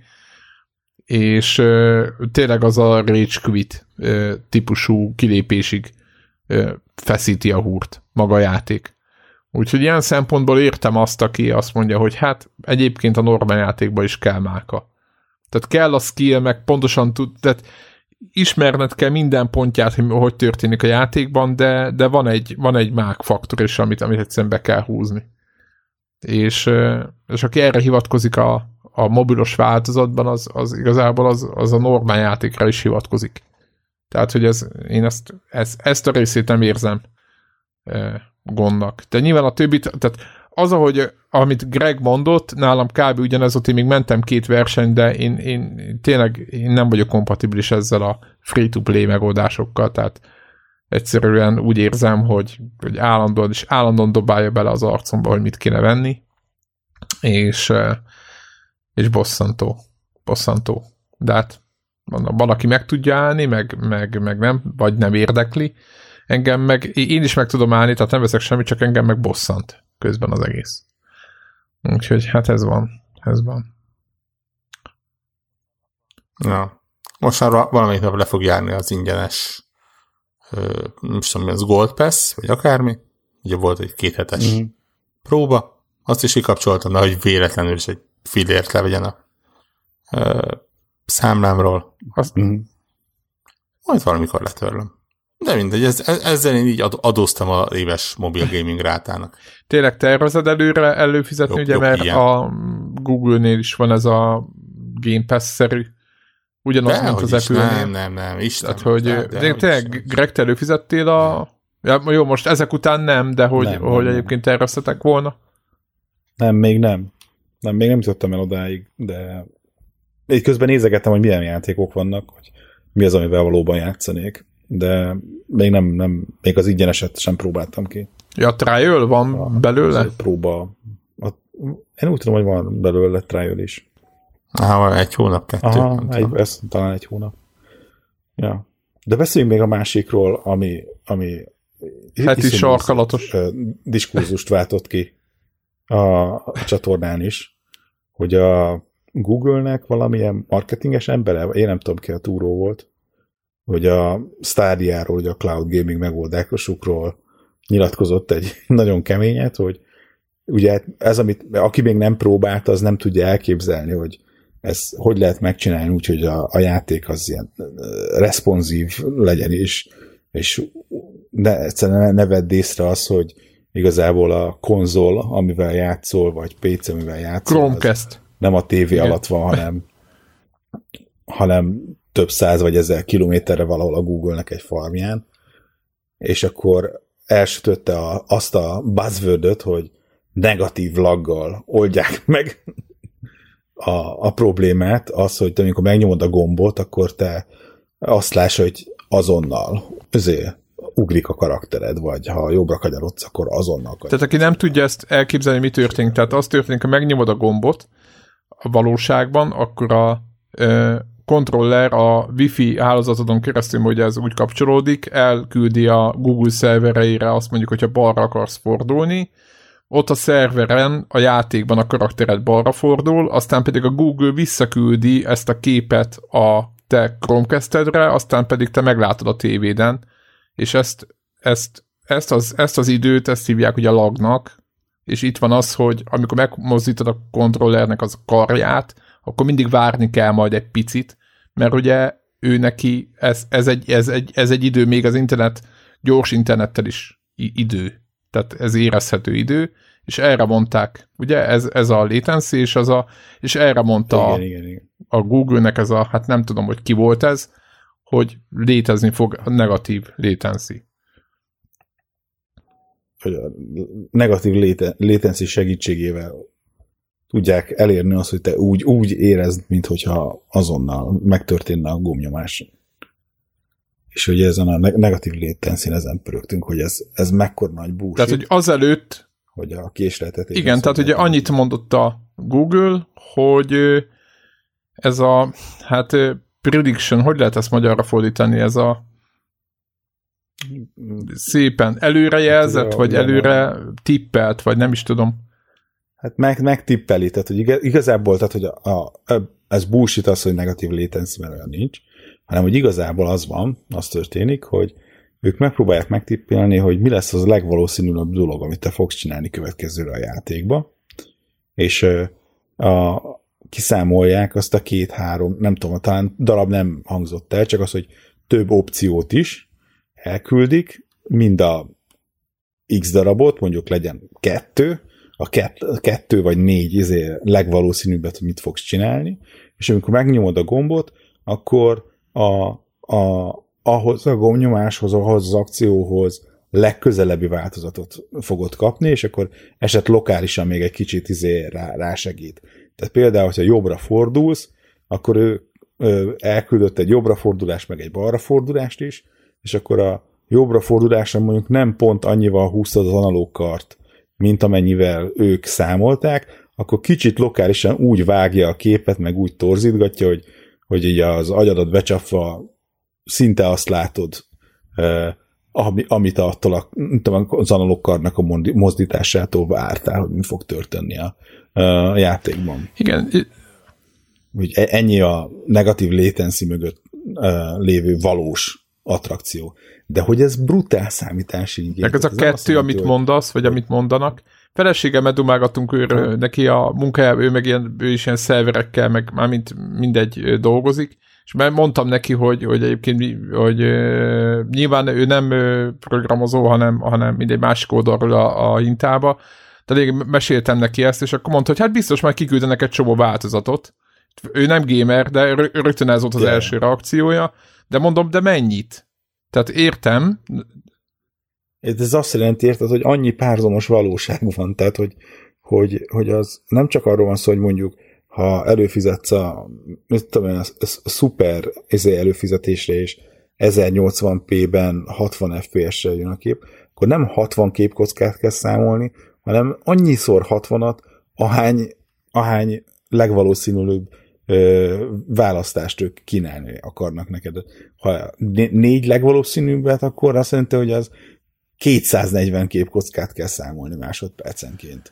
és ö, tényleg az a rage quit ö, típusú kilépésig ö, feszíti a húrt maga a játék. Úgyhogy ilyen szempontból értem azt, aki azt mondja, hogy hát egyébként a normál játékban is kell máka. Tehát kell a skill, meg pontosan tud, tehát ismerned kell minden pontját, hogy hogy történik a játékban, de, de van egy, van egy mák faktor is, amit, amit egyszerűen be kell húzni. És, és aki erre hivatkozik a, a mobilos változatban, az, az igazából az, az a normál játékra is hivatkozik. Tehát, hogy ez, én ezt, ezt, ezt a részét nem érzem gondnak. De nyilván a többit, tehát az, ahogy, amit Greg mondott, nálam kb. Ugyanez, ott én még mentem két verseny, de én, én tényleg én nem vagyok kompatibilis ezzel a free-to-play megoldásokkal, tehát egyszerűen úgy érzem, hogy, hogy állandóan, és állandóan dobálja bele az arcomba, hogy mit kéne venni, és, és bosszantó. Bosszantó. De hát mondom, valaki meg tudja állni, meg, meg, meg nem, vagy nem érdekli. Engem meg, én is meg tudom állni, tehát nem veszek semmit, csak engem meg bosszant közben az egész. Úgyhogy hát ez van. Ez van. Ja. Most már valamelyik nap le fog járni az ingyenes nem tudom, az Gold Pass, vagy akármi. Ugye volt egy kéthetes mm-hmm. próba. Azt is kikapcsoltam, de hogy véletlenül is egy fillért levegyen a ö, számlámról. Azt mm-hmm. majd valamikor letörlöm. De mindegy, ez, ezzel én így adóztam a éves mobil gaming rátának. Tényleg tervezed előre előfizetni, jobb, ugye, jobb mert ilyen. A Google-nél is van ez a Game Pass-szerű, ugyanaz, de, mint az Apple-nél. Nem, nem, nem, Isten. Tehát, hogy de, de, de tényleg, Greg, te előfizettél a... Ja, jó, most ezek után nem, de hogy, nem, hogy nem, egyébként terveztetek volna? Nem, még nem. Nem, még nem jutottam el odáig, de így közben nézegettem, hogy milyen játékok vannak, hogy mi az, amivel valóban játszanék. De még nem, nem, még az ingyeneset sem próbáltam ki. Ja, trial van a, belőle? Az próba. A, én úgy tudom, hogy van belőle trial is. Aha, egy hónap, kettő. Aha, egy, ez talán egy hónap. Ja. De beszéljünk még a másikról, ami, ami heti sarkalatos diskurzust váltott ki a, a csatornán is, hogy a Google-nek valamilyen marketinges embere, én nem tudom ki, a túró volt, hogy a Stadia-ról, hogy a cloud gaming megoldásukról nyilatkozott egy nagyon keményet, hogy ugye ez, amit aki még nem próbálta, az nem tudja elképzelni, hogy ez hogy lehet megcsinálni úgy, hogy a, a játék az ilyen responsív legyen, és, és ne, egyszerűen ne vedd észre az, hogy igazából a konzol, amivel játszol, vagy pé cé, amivel játszol, Chromecast. Nem a tévé Igen. alatt van, hanem, hanem több száz vagy ezer kilométerre valahol a Google-nek egy farmján, és akkor elsütötte a, azt a buzzword-öt, hogy negatív laggal oldják meg a, a problémát, az, hogy te amikor megnyomod a gombot, akkor te azt láss, hogy azonnal azért ugrik a karaktered, vagy ha jobbra kanyarodsz, akkor azonnal kanyarodsz. Tehát aki nem tudja ezt elképzelni, mi történik, tehát az történik, ha megnyomod a gombot a valóságban, akkor a e, kontroller a Wi-Fi hálózatodon keresztül, hogy ez úgy kapcsolódik, elküldi a Google szervereire azt mondjuk, hogyha balra akarsz fordulni, ott a szerveren, a játékban a karaktered balra fordul, aztán pedig a Google visszaküldi ezt a képet a te Chromecast-edre, aztán pedig te meglátod a tévéden, és ezt, ezt, ezt, az, ezt az időt, ezt hívják ugye a lagnak, és itt van az, hogy amikor megmozdítod a kontrollernek az karját, akkor mindig várni kell majd egy picit, mert ugye ő neki, ez, ez, egy, ez, egy, ez egy idő, még az internet, gyors internettel is idő. Tehát ez érezhető idő, és erre mondták, ugye, ez, ez a latency, és, az a, és erre mondta igen, igen, igen. a Google-nek ez a, hát nem tudom, hogy ki volt ez, hogy létezni fog a negatív latency. Hogy a negatív latency segítségével tudják elérni azt, hogy te úgy, úgy érezd, minthogyha azonnal megtörténne a gombnyomás. És hogy ezen a negatív latency-n ezen pörögtünk, hogy ez, ez mekkora nagy bullshit. Tehát, hogy azelőtt hogy a késleltetés. Igen, tehát ugye annyit mondott a Google, hogy ez a, hát prediction, hogy lehet ezt magyarra fordítani, ez a szépen előrejelzett, hát, vagy előre tippelt, vagy nem is tudom. Hát meg, megtippeli, tehát hogy igazából, tehát hogy a, a, ez bullshit az, hogy negatív latency, mert olyan nincs, hanem hogy igazából az van, az történik, hogy ők megpróbálják megtippelni, hogy mi lesz az a legvalószínűbb dolog, amit te fogsz csinálni következőre a játékba, és a, kiszámolják azt a két-három, nem tudom, talán darab nem hangzott el, csak az, hogy több opciót is elküldik, mind a X darabot, mondjuk legyen kettő, a kett, kettő vagy négy izé legvalószínűbbet, mit fogsz csinálni, és amikor megnyomod a gombot, akkor a, a, ahhoz a gombnyomáshoz, ahhoz az akcióhoz legközelebbi változatot fogod kapni, és akkor eset lokálisan még egy kicsit izé rá, rásegít. Tehát például, hogyha jobbra fordulsz, akkor ő, ő elküldött egy jobbra fordulást, meg egy balra fordulást is, és akkor a jobbra fordulásra mondjuk nem pont annyival húztad az analóg kart, mint amennyivel ők számolták, akkor kicsit lokálisan úgy vágja a képet, meg úgy torzítgatja, hogy, hogy így az agyadat becsapva szinte azt látod, eh, amit attól a, az analóg karnak a mozdításától vártál, hogy mi fog történni a, a játékban. Igen. Úgy ennyi a negatív latency mögött uh, lévő valós attrakció. De hogy ez brutál számítási igény. Ez a kettő, mondja, amit mondasz, vagy hogy... amit mondanak. Feleségemmel dumálgattunk őről, hmm. neki a munkájában, ő meg ilyen, ő is ilyen szerverekkel, meg már mint mindegy dolgozik, és már mondtam neki, hogy, hogy egyébként hogy, uh, nyilván ő nem uh, programozó, hanem, hanem mindegy másik oldalról a, a hintába, de elég meséltem neki ezt, és akkor mondta, hogy hát biztos már kiküldenek egy csomó változatot. Ő nem gamer, de rögtön ez volt az yeah. első reakciója, de mondom, de mennyit? Tehát értem. Ez azt jelenti, érted, hogy annyi párhuzamos valóság van, tehát hogy, hogy, hogy az nem csak arról van szó, hogy mondjuk ha előfizetsz a, tudom én, a, a szuper előfizetésre és ezernyolcvan pé-ben hatvan ef pé es-sel jön a kép, akkor nem hatvan képkockát kell számolni, hanem annyiszor hatvanat, ahány, ahány legvalószínűbb ö, választást ők kínálni akarnak neked. Ha négy legvalószínűbbet, akkor azt jelenti, hogy az kétszáznegyven képkockát kell számolni másodpercenként.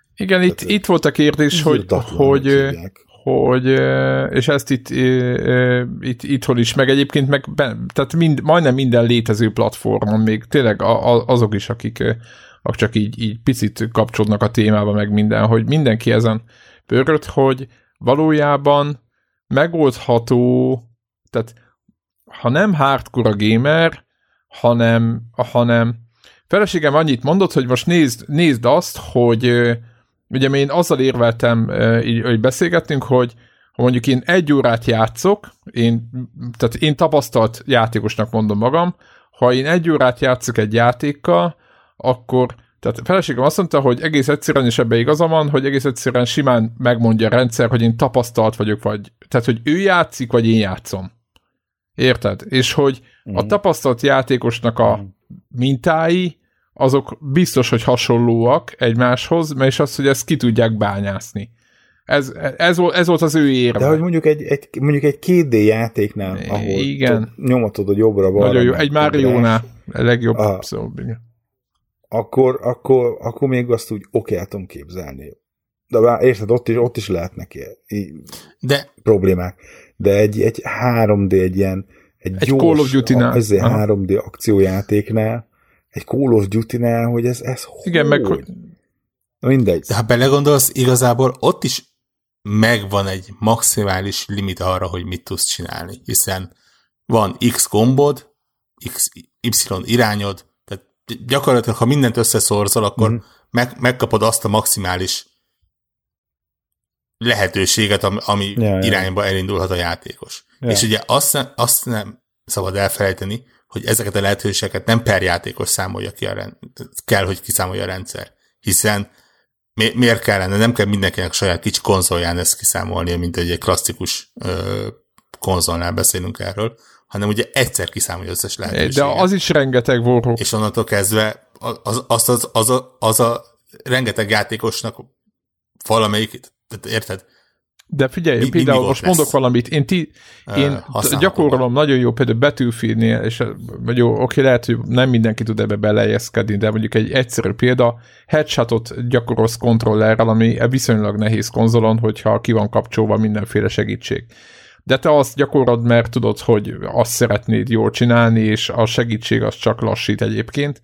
Igen, itt, itt volt a kérdés, hogy, hogy, hogy, és ezt itt, itt itthon is, meg egyébként meg, tehát mind, majdnem minden létező platformon, még tényleg azok is, akik, akik csak így, így picit kapcsolódnak a témába, meg minden, hogy mindenki ezen pörgött, hogy valójában megoldható, tehát ha nem hardcore a gamer, hanem, hanem feleségem annyit mondott, hogy most nézd, nézd azt, hogy ugye én azzal érveltem, így, hogy beszélgettünk, hogy ha mondjuk én egy órát játszok, én, tehát én tapasztalt játékosnak mondom magam, ha én egy órát játszok egy játékkal, akkor, tehát a feleségem azt mondta, hogy egész egyszerűen, és ebbe igaza van, hogy egész egyszerűen simán megmondja a rendszer, hogy én tapasztalt vagyok, vagy, tehát hogy ő játszik, vagy én játszom. Érted? És hogy mm. a tapasztalt játékosnak a mintái, azok biztos, hogy hasonlóak egymáshoz, mert és az, hogy ezt ki tudják bányászni. Ez, ez, ez volt az ő érve. De hogy mondjuk egy, egy, mondjuk egy két dé játéknál, ahol igen. nyomatod a jobbra-balra. Nagyon jó. Egy Mario-nál a legjobb. A, szóval, akkor, akkor, akkor még azt úgy oké, el tudom képzelni. De bár, érted, ott is, ott is lehetnek ilyen de... problémák. De egy, egy három dé, egy ilyen egy, egy gyors, Call of Duty-nál. Ezért három dé akciójátéknál, egy Call of Duty-nál, hogy ez, ez igen, meg... mindegy. De ha belegondolsz, igazából ott is megvan egy maximális limit arra, hogy mit tudsz csinálni, hiszen van X gombod, X, Y irányod, tehát gyakorlatilag, ha mindent összeszorzol, akkor mm. meg, megkapod azt a maximális lehetőséget, ami, ami ja, irányba ja. elindulhat a játékos. Ja. És ugye azt nem, azt nem szabad elfelejteni, hogy ezeket a lehetőségeket nem per játékos számolja ki a rend, kell, hogy kiszámolja a rendszer. Hiszen mi, miért kellene? Nem kell mindenkinek saját kicsi konzolján ezt kiszámolnia, mint egy klasszikus ö, konzolnál beszélünk erről, hanem ugye egyszer kiszámolja összes lehetőséget. De az is rengeteg volt. És onnantól kezdve az, az, az, az, az, a, az a rengeteg játékosnak valamelyik, érted? De figyelj, mi, például most lesz. Mondok valamit, én, ti, én uh, gyakorolom nagyon jó, például Battlefieldnél, és jó, oké, lehet, hogy nem mindenki tud ebbe belejeszkedni, de mondjuk egy egyszerű példa, headshotot gyakorolsz kontrollerrel, ami viszonylag nehéz konzolon, hogyha ki van kapcsolva mindenféle segítség. De te azt gyakorolod, mert tudod, hogy azt szeretnéd jól csinálni, és a segítség az csak lassít egyébként.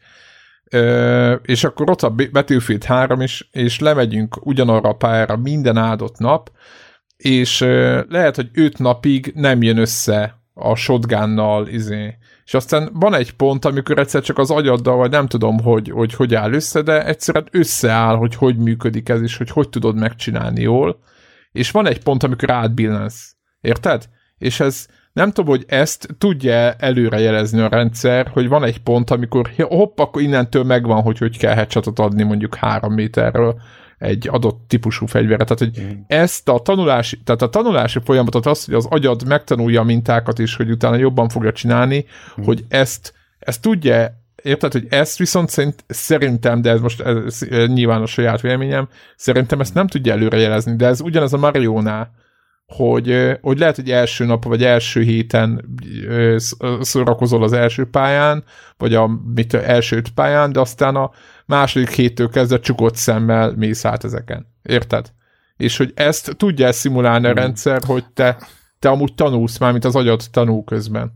Ö, és akkor ott a Battlefield három is, és lemegyünk ugyanarra a pályára minden áldott nap, és ö, lehet, hogy öt napig nem jön össze a shotgunnal, izé. És aztán van egy pont, amikor egyszer csak az agyaddal, vagy nem tudom, hogy, hogy hogy áll össze, de egyszerűen összeáll, hogy hogy működik ez, és hogy hogy tudod megcsinálni jól. És van egy pont, amikor átbillensz. Érted? És ez nem tudom, hogy ezt tudja előrejelezni a rendszer, hogy van egy pont, amikor hopp, akkor innentől megvan, hogy hogy kell headshotot adni mondjuk három méterről egy adott típusú fegyverre. Tehát, hogy mm. ezt a tanulási, tehát a tanulási folyamatot, az, hogy az agyad megtanulja a mintákat is, hogy utána jobban fogja csinálni, mm. hogy ezt, ezt tudja, érted, hogy ezt viszont szerint, szerintem, de ez most ez nyilván a saját véleményem, szerintem ezt nem tudja előrejelezni, de ez ugyanez a Mario-nál, hogy, hogy lehet, hogy első nap, vagy első héten szórakozol az első pályán, vagy a mit, első öt pályán, de aztán a második héttől kezdve csukott szemmel mész át ezeken. Érted? És hogy ezt tudja szimulálni a rendszer, hogy te, te amúgy tanulsz már, mint az agyad tanul közben.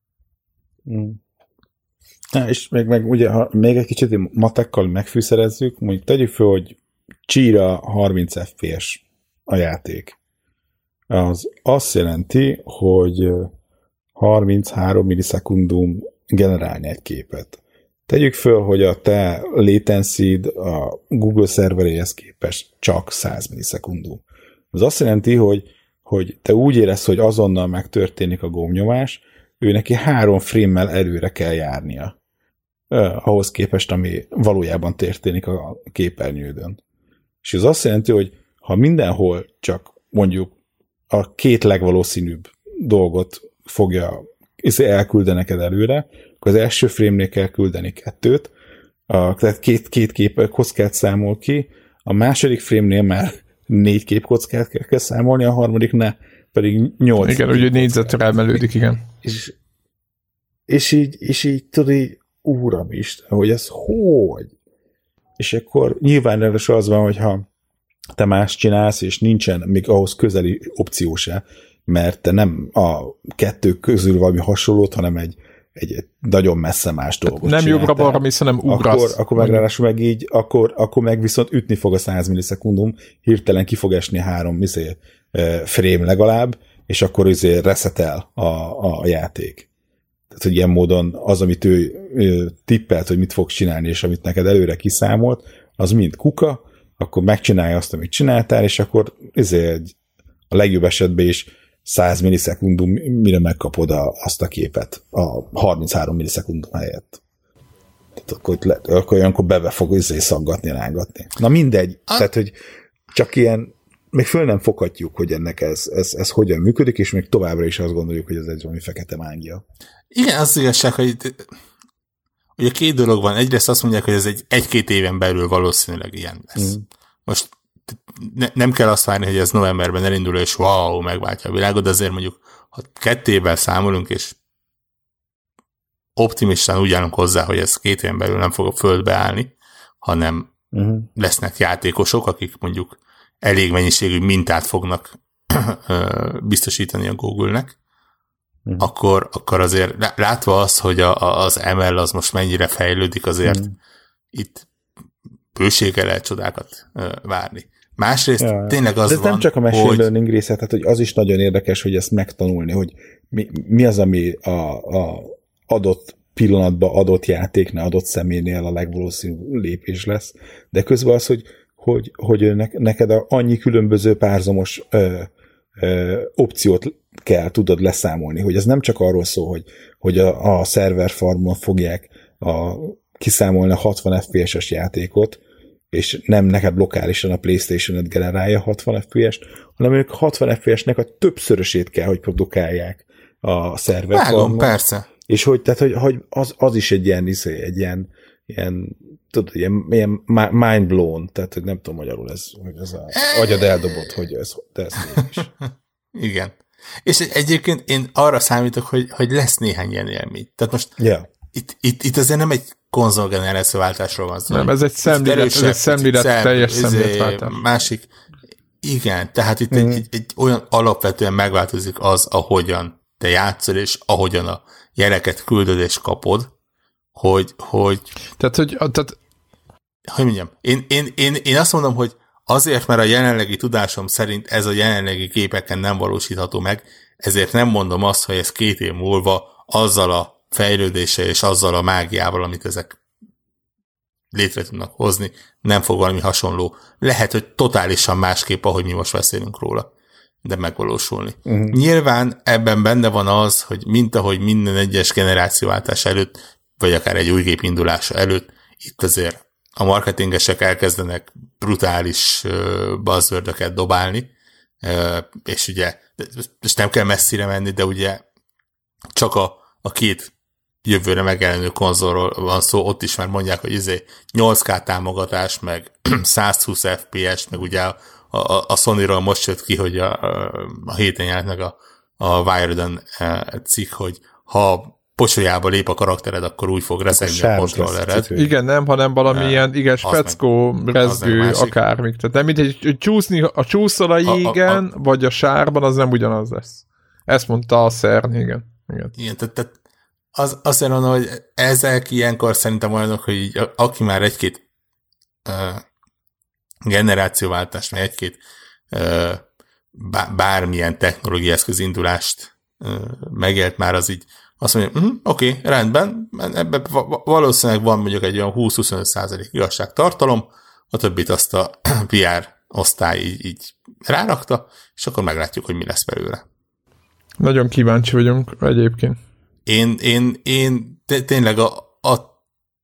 Mm. Na, és meg, meg ugye, ha még egy kicsit matekkal megfűszerezzük, mondjuk tegyük föl, hogy csíra harminc ef pé es a játék. Az azt jelenti, hogy harminchárom millisekundum generálni egy képet. Tegyük föl, hogy a te latency-d a Google szerveréhez képest csak száz millisekundum. Az azt jelenti, hogy, hogy te úgy érezd, hogy azonnal megtörténik a gombnyomás, ő neki három frame-mel előre kell járnia. Eh, ahhoz képest, ami valójában történik a képernyődön. És ez azt jelenti, hogy ha mindenhol csak mondjuk a két legvalószínűbb dolgot fogja elküldeni neked előre, akkor az első frame-nél kell küldeni kettőt, a, tehát két, két kép kockát számol ki, a második frame-nél már négy képkockát kell, kell számolni, a harmadiknál pedig nyolc. Igen, ugye négyzetre emelődik, igen. És, és így, és így tudod, úramisten, hogy ez hogy? És akkor nyilván az van, hogyha te más csinálsz, és nincsen még ahhoz közeli opció se, mert te nem a kettő közül valami hasonlót, hanem egy, egy, egy nagyon messze más dolgot nem jobbra-balra mész, hanem ugrasz. Akkor, akkor meg ráadásul meg így, akkor, akkor meg viszont ütni fog a száz millisekundum, hirtelen ki fog esni három izé, frame legalább, és akkor izé reszetel a, a, a játék. Tehát, hogy ilyen módon az, amit ő, ő tippelt, hogy mit fog csinálni, és amit neked előre kiszámolt, az mind kuka, akkor megcsinálja azt, amit csináltál, és akkor ezért a legjobb esetben is száz millisekundum, mire megkapod a, azt a képet a harminchárom millisekundum helyett. Tehát akkor, le, akkor olyankor bebe fog izé szaggatni, rángatni. Na mindegy, a... tehát, hogy csak ilyen, még föl nem foghatjuk, hogy ennek ez, ez, ez hogyan működik, és még továbbra is azt gondoljuk, hogy ez egy valami fekete mágia. Igen, az igazság, hogy ugye két dolog van. Egyrészt azt mondják, hogy ez egy egy-két éven belül valószínűleg ilyen lesz. Mm. Most ne, nem kell azt várni, hogy ez novemberben elindul, és wow, megváltja a világot, de azért mondjuk, ha kettével számolunk, és optimistán úgy állunk hozzá, hogy ez két éven belül nem fog a földbe állni, hanem mm. lesznek játékosok, akik mondjuk elég mennyiségű mintát fognak biztosítani a Google-nek, Mm. Akkor, akkor azért látva azt, hogy a, a, az em el az most mennyire fejlődik, azért mm. itt bőséggel lehet csodákat uh, várni. Másrészt ja, tényleg az de ez van, nem csak a machine hogy... learning része, tehát hogy az is nagyon érdekes, hogy ezt megtanulni, hogy mi, mi az, ami a, a adott pillanatban, adott játéknál, adott személynél a legvalószínűbb lépés lesz, de közben az, hogy, hogy, hogy ne, neked a, annyi különböző párzamos ö, ö, opciót kell tudod leszámolni, hogy ez nem csak arról szól, hogy, hogy a, a server farmon fogják a, kiszámolni a hatvan ef pé es-es játékot, és nem neked lokálisan a PlayStation-et generálja hatvan ef pé est, hanem ők hatvan ef pé es-nek a többszörösét kell, hogy produkálják a server Vágom, farmon. Persze. És hogy, tehát, hogy, hogy az, az is egy ilyen, egy ilyen, ilyen tudod, ilyen, ilyen mind blown, tehát hogy nem tudom magyarul ez, hogy ez az agyad eldobott, hogy ez, de ez is. Igen. És egyébként én arra számítok, hogy, hogy lesz néhány ilyen élmény. Tehát most yeah. itt, itt, itt azért nem egy konzolgenerációváltásról van szó. Nem, ez egy szemlélet, ez egy szemlélet, szem, teljes szemléletváltás. Másik, igen, tehát itt mm. egy, egy, egy olyan alapvetően megváltozik az, ahogyan te játszol, és ahogyan a jeleket küldöd és kapod, hogy, hogy tehát, hogy, tehát... hogy mondjam, én, én, én, én azt mondom, hogy azért, mert a jelenlegi tudásom szerint ez a jelenlegi gépeken nem valósítható meg, ezért nem mondom azt, hogy ez két év múlva azzal a fejlődéssel és azzal a mágiával, amit ezek létre tudnak hozni, nem fog valami hasonló. Lehet, hogy totálisan másképp, ahogy mi most beszélünk róla, de megvalósulni. Uh-huh. Nyilván ebben benne van az, hogy mint ahogy minden egyes generációváltás előtt, vagy akár egy új gép indulása előtt, itt azért a marketingesek elkezdenek brutális uh, buzzwordöket dobálni, uh, és ugye, és nem kell messzire menni, de ugye csak a, a két jövőre megjelenő konzolról van szó, ott is már mondják, hogy izé nyolc ká támogatás, meg száz húsz ef pé es, meg ugye a, a, a Sony-ról most jött ki, hogy a, a héten jelent meg a, a Wired-en cikk, hogy ha pocsolyába lép a karaktered, akkor úgy fog reszegni a kontrollered. Igen, nem, hanem valami ilyen, igen, speckó, rezgő, akármik. Tehát nem mindegy, hogy csúszni, a csúszol a jégen, a, a, a, vagy a sárban, az nem ugyanaz lesz. Ezt mondta a Cern, igen. Igen, igen tehát, tehát az, azt mondom, hogy ezek ilyenkor szerintem olyanok, hogy így, aki már egy-két uh, generációváltást, vagy egy-két uh, bármilyen technológiai eszközindulást uh, megélt már, az így azt mondja, uh-huh, oké, okay, rendben, ebben valószínűleg van mondjuk egy olyan húsz-huszonöt százalék igazságtartalom, a többit azt a pé er osztály így, így rárakta, és akkor meglátjuk, hogy mi lesz belőle. Nagyon kíváncsi vagyunk egyébként. Én, én, én tényleg a, a,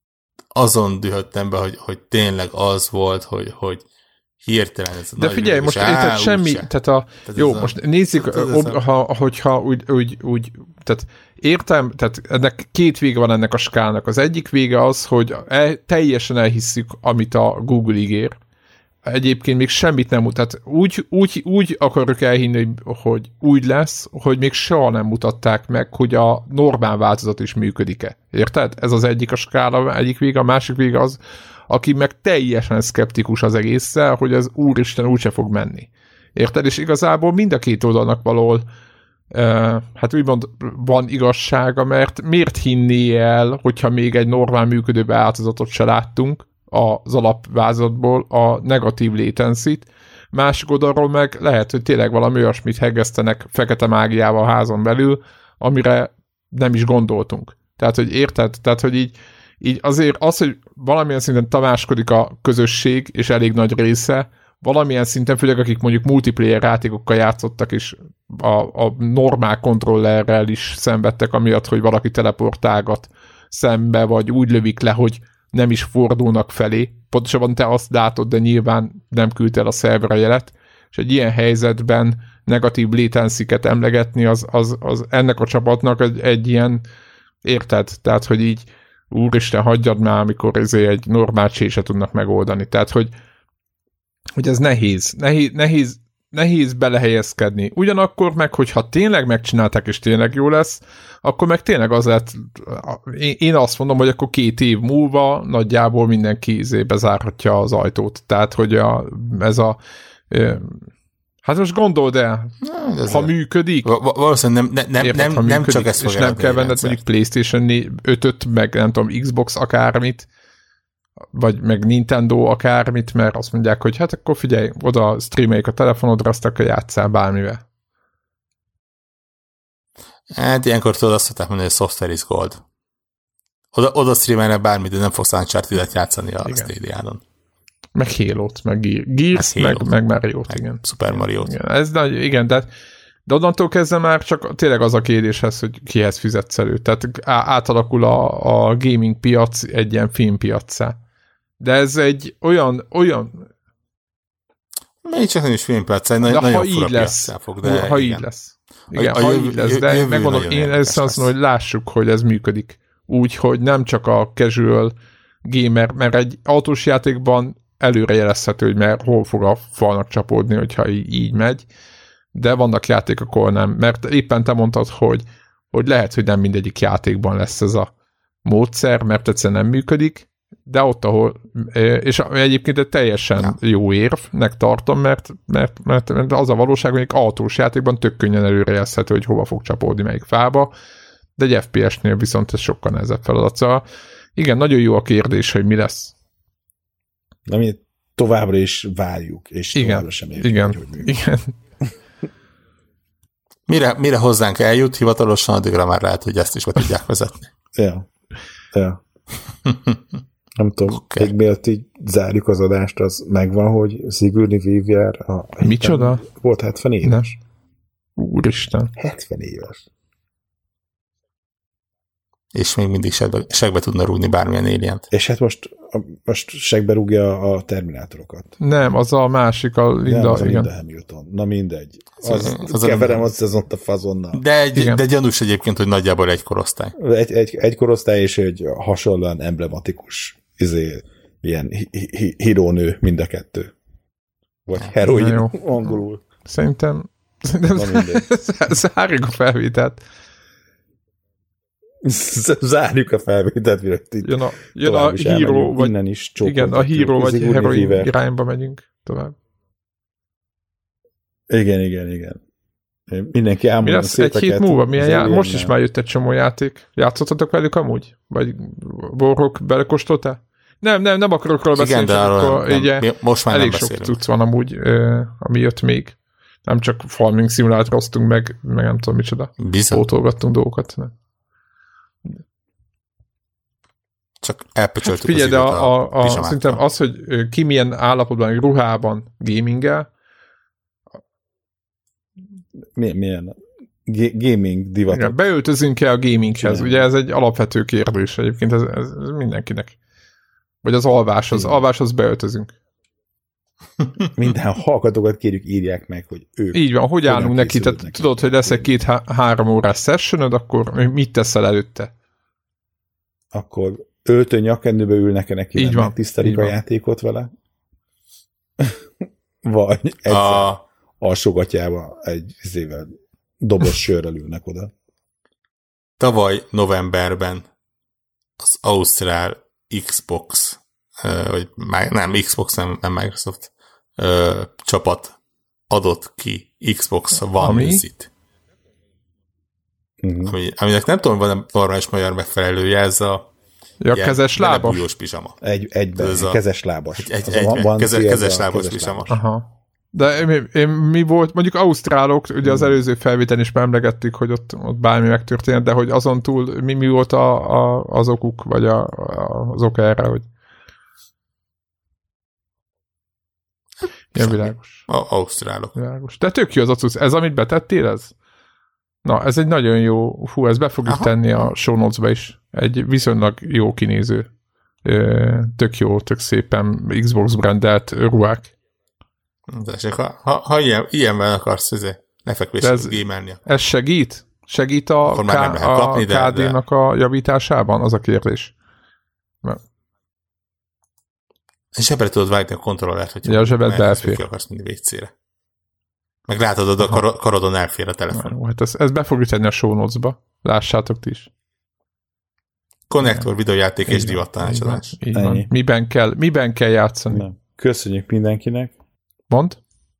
azon dühöttem be, hogy, hogy tényleg az volt, hogy, hogy hirtelen ez a de figyelj, most á, tehát semmi, se. tehát a, tehát jó, most a, nézzük, ob, a... ha, hogyha úgy, úgy, úgy, tehát értem, tehát ennek két vége van ennek a skálnak. Az egyik vége az, hogy el, teljesen elhisszük, amit a Google ígér. Egyébként még semmit nem mutat. Úgy, úgy, úgy akarok elhinni, hogy úgy lesz, hogy még soha nem mutatták meg, hogy a normál változat is működik-e. Érted? Ez az egyik a skála, egyik vége, a másik vége az, aki meg teljesen szkeptikus az egésszel, hogy az úristen úgyse fog menni. Érted? És igazából mind a két oldalnak valahol Uh, hát úgymond van igazsága, mert miért hinni el, hogyha még egy normál működő beáltozatot se láttunk az alapvázatból, a negatív latency-t, másik oldalról meg lehet, hogy tényleg valami olyasmit heggesztenek fekete mágiával a házon belül, amire nem is gondoltunk. Tehát, hogy érted? Tehát, hogy így, így azért az, hogy valamilyen szinten tamáskodik a közösség, és elég nagy része, valamilyen szinten, főleg akik mondjuk multiplayer játékokkal játszottak, és a, a normál kontrollerrel is szenvedtek, amiatt, hogy valaki teleportálgat szembe, vagy úgy lövik le, hogy nem is fordulnak felé. Pontosabban te azt látod, de nyilván nem küldte el a szerver a jelet, és egy ilyen helyzetben negatív latency-ket emlegetni, az, az, az ennek a csapatnak egy, egy ilyen, érted? Tehát, hogy így úristen, hagyjad már, amikor ezért egy normál se tudnak megoldani. Tehát, hogy hogy ez nehéz, nehéz, nehéz, nehéz belehelyezkedni. Ugyanakkor meg, hogyha tényleg megcsinálták, és tényleg jó lesz, akkor meg tényleg az lett, én azt mondom, hogy akkor két év múlva nagyjából mindenki bezárhatja az ajtót. Tehát, hogy a, ez a hát most gondold el, Na, ha működik, valószínűleg nem, nem, érted, nem, működik, nem csak ezt és nem kell venned mondjuk PlayStation ötöt, meg nem tudom, Xbox akármit, vagy meg Nintendo akármit, mert azt mondják, hogy hát akkor figyelj, oda streameljük a telefonodra, azt akkor játsszál bármivel. Hát ilyenkor tudod azt mondták mondani, hogy software is gold. Oda, oda streamelne bármit, de nem fogsz Uncharted-et játszani a Stadia-on. Meg Halo-t, meg Gears, meg, meg, meg Mario-t, igen. Super Mario-t. Igen, ez nagy, igen, de, de onnantól kezdve már csak tényleg az a kérdéshez, hogy kihez fizetsz elő. Tehát átalakul a, a gaming piac egy ilyen filmpiaccá. De ez egy olyan, olyan... Még csak nem is filmpiac, egy nagyon ha fura lesz, fog, de ha igen. így lesz. Igen, a, ha a jövő, így lesz, de megmondom, én ezt azt mondom, hogy lássuk, hogy ez működik. Úgy, hogy nem csak a casual gamer, mert egy autós játékban előrejelezhető, hogy mert hol fog a falnak csapódni, hogyha így, így megy, de vannak játékok, ahol nem. Mert éppen te mondtad, hogy, hogy lehet, hogy nem mindegyik játékban lesz ez a módszer, mert egyszerűen nem működik, de ott, ahol, és egyébként egy teljesen ja. jó érvnek tartom, mert, mert, mert, mert az a valóság, hogy egy autós játékban tök könnyen előrejelzhető, hogy hova fog csapódni melyik fába, de egy ef pé es-nél viszont ez sokkal nehezebb feladat. Szóval igen, nagyon jó a kérdés, hogy mi lesz. De mi továbbra is várjuk, és igen, továbbra sem érjük, igen, hogy mi igen. Mire, mire hozzánk eljut, hivatalosan addigra már lehet, hogy ezt is be tudják vezetni. Ja, ja. Nem tudom, okay. Egy miatt így zárjuk az adást, az megvan, hogy Sigourney Weaver a micsoda? Volt hetven éves. Nem. Úristen. hetven éves. És még mindig segbe, segbe tudna rúgni bármilyen alien-t. És hát most, most segbe rúgja a Terminátorokat. Nem, az a másik, a Linda, Nem, az a igen. Linda Hamilton. Na mindegy. Az, az, az keverem azt szezont a fazonnal. De, egy, de gyanús egyébként, hogy nagyjából egy korosztály. Egy, egy, egy korosztály és egy hasonlóan emblematikus izé, ilyen hi, hi, hírónő mind a kettő. Vagy heroin angolul. Szerintem, szerintem zárjuk a felvételt. Zárjuk a felvételt, mire jön a, jön a híró, vagy innen is igen, a híró vagy heroin irányba megyünk tovább. Igen, igen, igen. Mindenki elmondja mi lesz egy hét múlva? Milyen já- most is már jött egy csomó játék. Játszottatok velük amúgy? Vagy Borrok belekóstoltál? Nem, nem, nem akarok róla beszélni, de arról nem, ugye, most már elég nem sok cucc van amúgy, uh, ami jött még. Nem csak farming szimulátoroztunk meg, meg nem tudom micsoda. Pótolgattunk dolgokat. Nem. Csak elpöcsöltük hát figyelj, de a, a, a, szerintem az, hogy ki milyen állapotban, ruhában gaminggel. Milyen? milyen? G- gaming divatok. Igen, beöltözünk-e a gaminghez? Igen. Ugye ez egy alapvető kérdés egyébként, ez, ez mindenkinek. Vagy az alvás, az alváshoz beöltözünk. Minden hallgatókat kérjük, írják meg, hogy ők... Így van, hogy állunk neki? Tehát neki. Tudod, hogy lesz egy két-három órás sessionöd, akkor mit teszel előtte? Akkor öltő nyakkendőbe ülnek-e neki, így van, tisztelik a van. Játékot vele? Vagy egyszer a... alsógatjába egy izével, dobos sörrel ülnek oda. Tavaly novemberben az Ausztrál Xbox hogy nem, Xbox, nem, nem Microsoft ö, csapat adott ki Xbox One Music-t. Uh-huh. Ami, aminek nem tudom, van normális magyar megfelelője, ez a ja, kezes lábas? Bújós pizsama. Egy, egyben, egy kezes lábas. Egy, egy, egy, van, keze, kezes lábas pizsama. Aha. De mi, én, mi volt, mondjuk ausztrálok, ugye az előző felvételen is emlegettük, hogy ott, ott bármi megtörtént, de hogy azon túl mi, mi volt a, a, az okuk, vagy a, a, az oka erre, hogy ilyen világos. A, ausztrálok. Világos. De tök jó az acusz. Ez, amit betettél, ez? Na, ez egy nagyon jó, fú, ezt be fogjuk Aha. tenni a show notes-ba is. Egy viszonylag jó kinéző, tök jó, tök szépen Xbox brandelt ruhák. De ha, ha, ha ilyen, ilyenben akarsz, ne fekvésre gémelni. Ez segít? Segít a, K- a ká dé-nak a javításában? Az a kérdés. Mert... Zsebre tudod vágni a kontrollert, hogyha ja, a zsebedbe elfér. Ki akarsz menni vécére. Meg látod, a kar- karodon elfér a telefon. Jó, hát ezt, ezt be fogjuk tenni a show notes-ba. Lássátok ti is. Konnektor, videójáték és divattanácsadás. Miben kell, miben kell játszani? Nem. Köszönjük mindenkinek. Mond?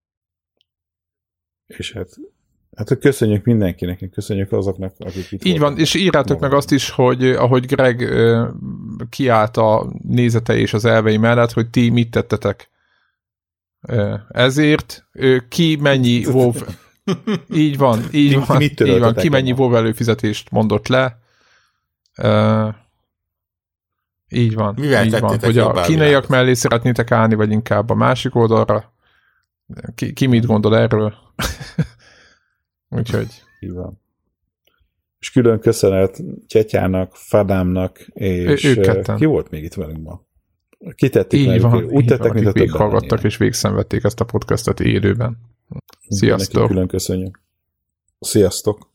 És hát, hát köszönjük mindenkinek, köszönjük azoknak, akik itt így van, és írjátok meg azt is, hogy ahogy Greg uh, kiállt a nézetei és az elvei mellett, hogy ti mit tettetek uh, ezért, uh, ki mennyi WoW így van, így van, így van, ki mennyi WoW előfizetést mondott le, uh, így van, mivel így van, hogy a kínaiak mellé szeretnétek állni, vagy inkább a másik oldalra. Ki, ki mit gondol erről? Úgyhogy. Így van. És külön köszönet Csetyának, Fadámnak, és ő, ki volt még itt velünk ma? Kitették így van, úgy tettek, mint a többen. Véghallgattak és végszenvedték ezt a podcastot élőben. Sziasztok! Külön köszönjük. Sziasztok!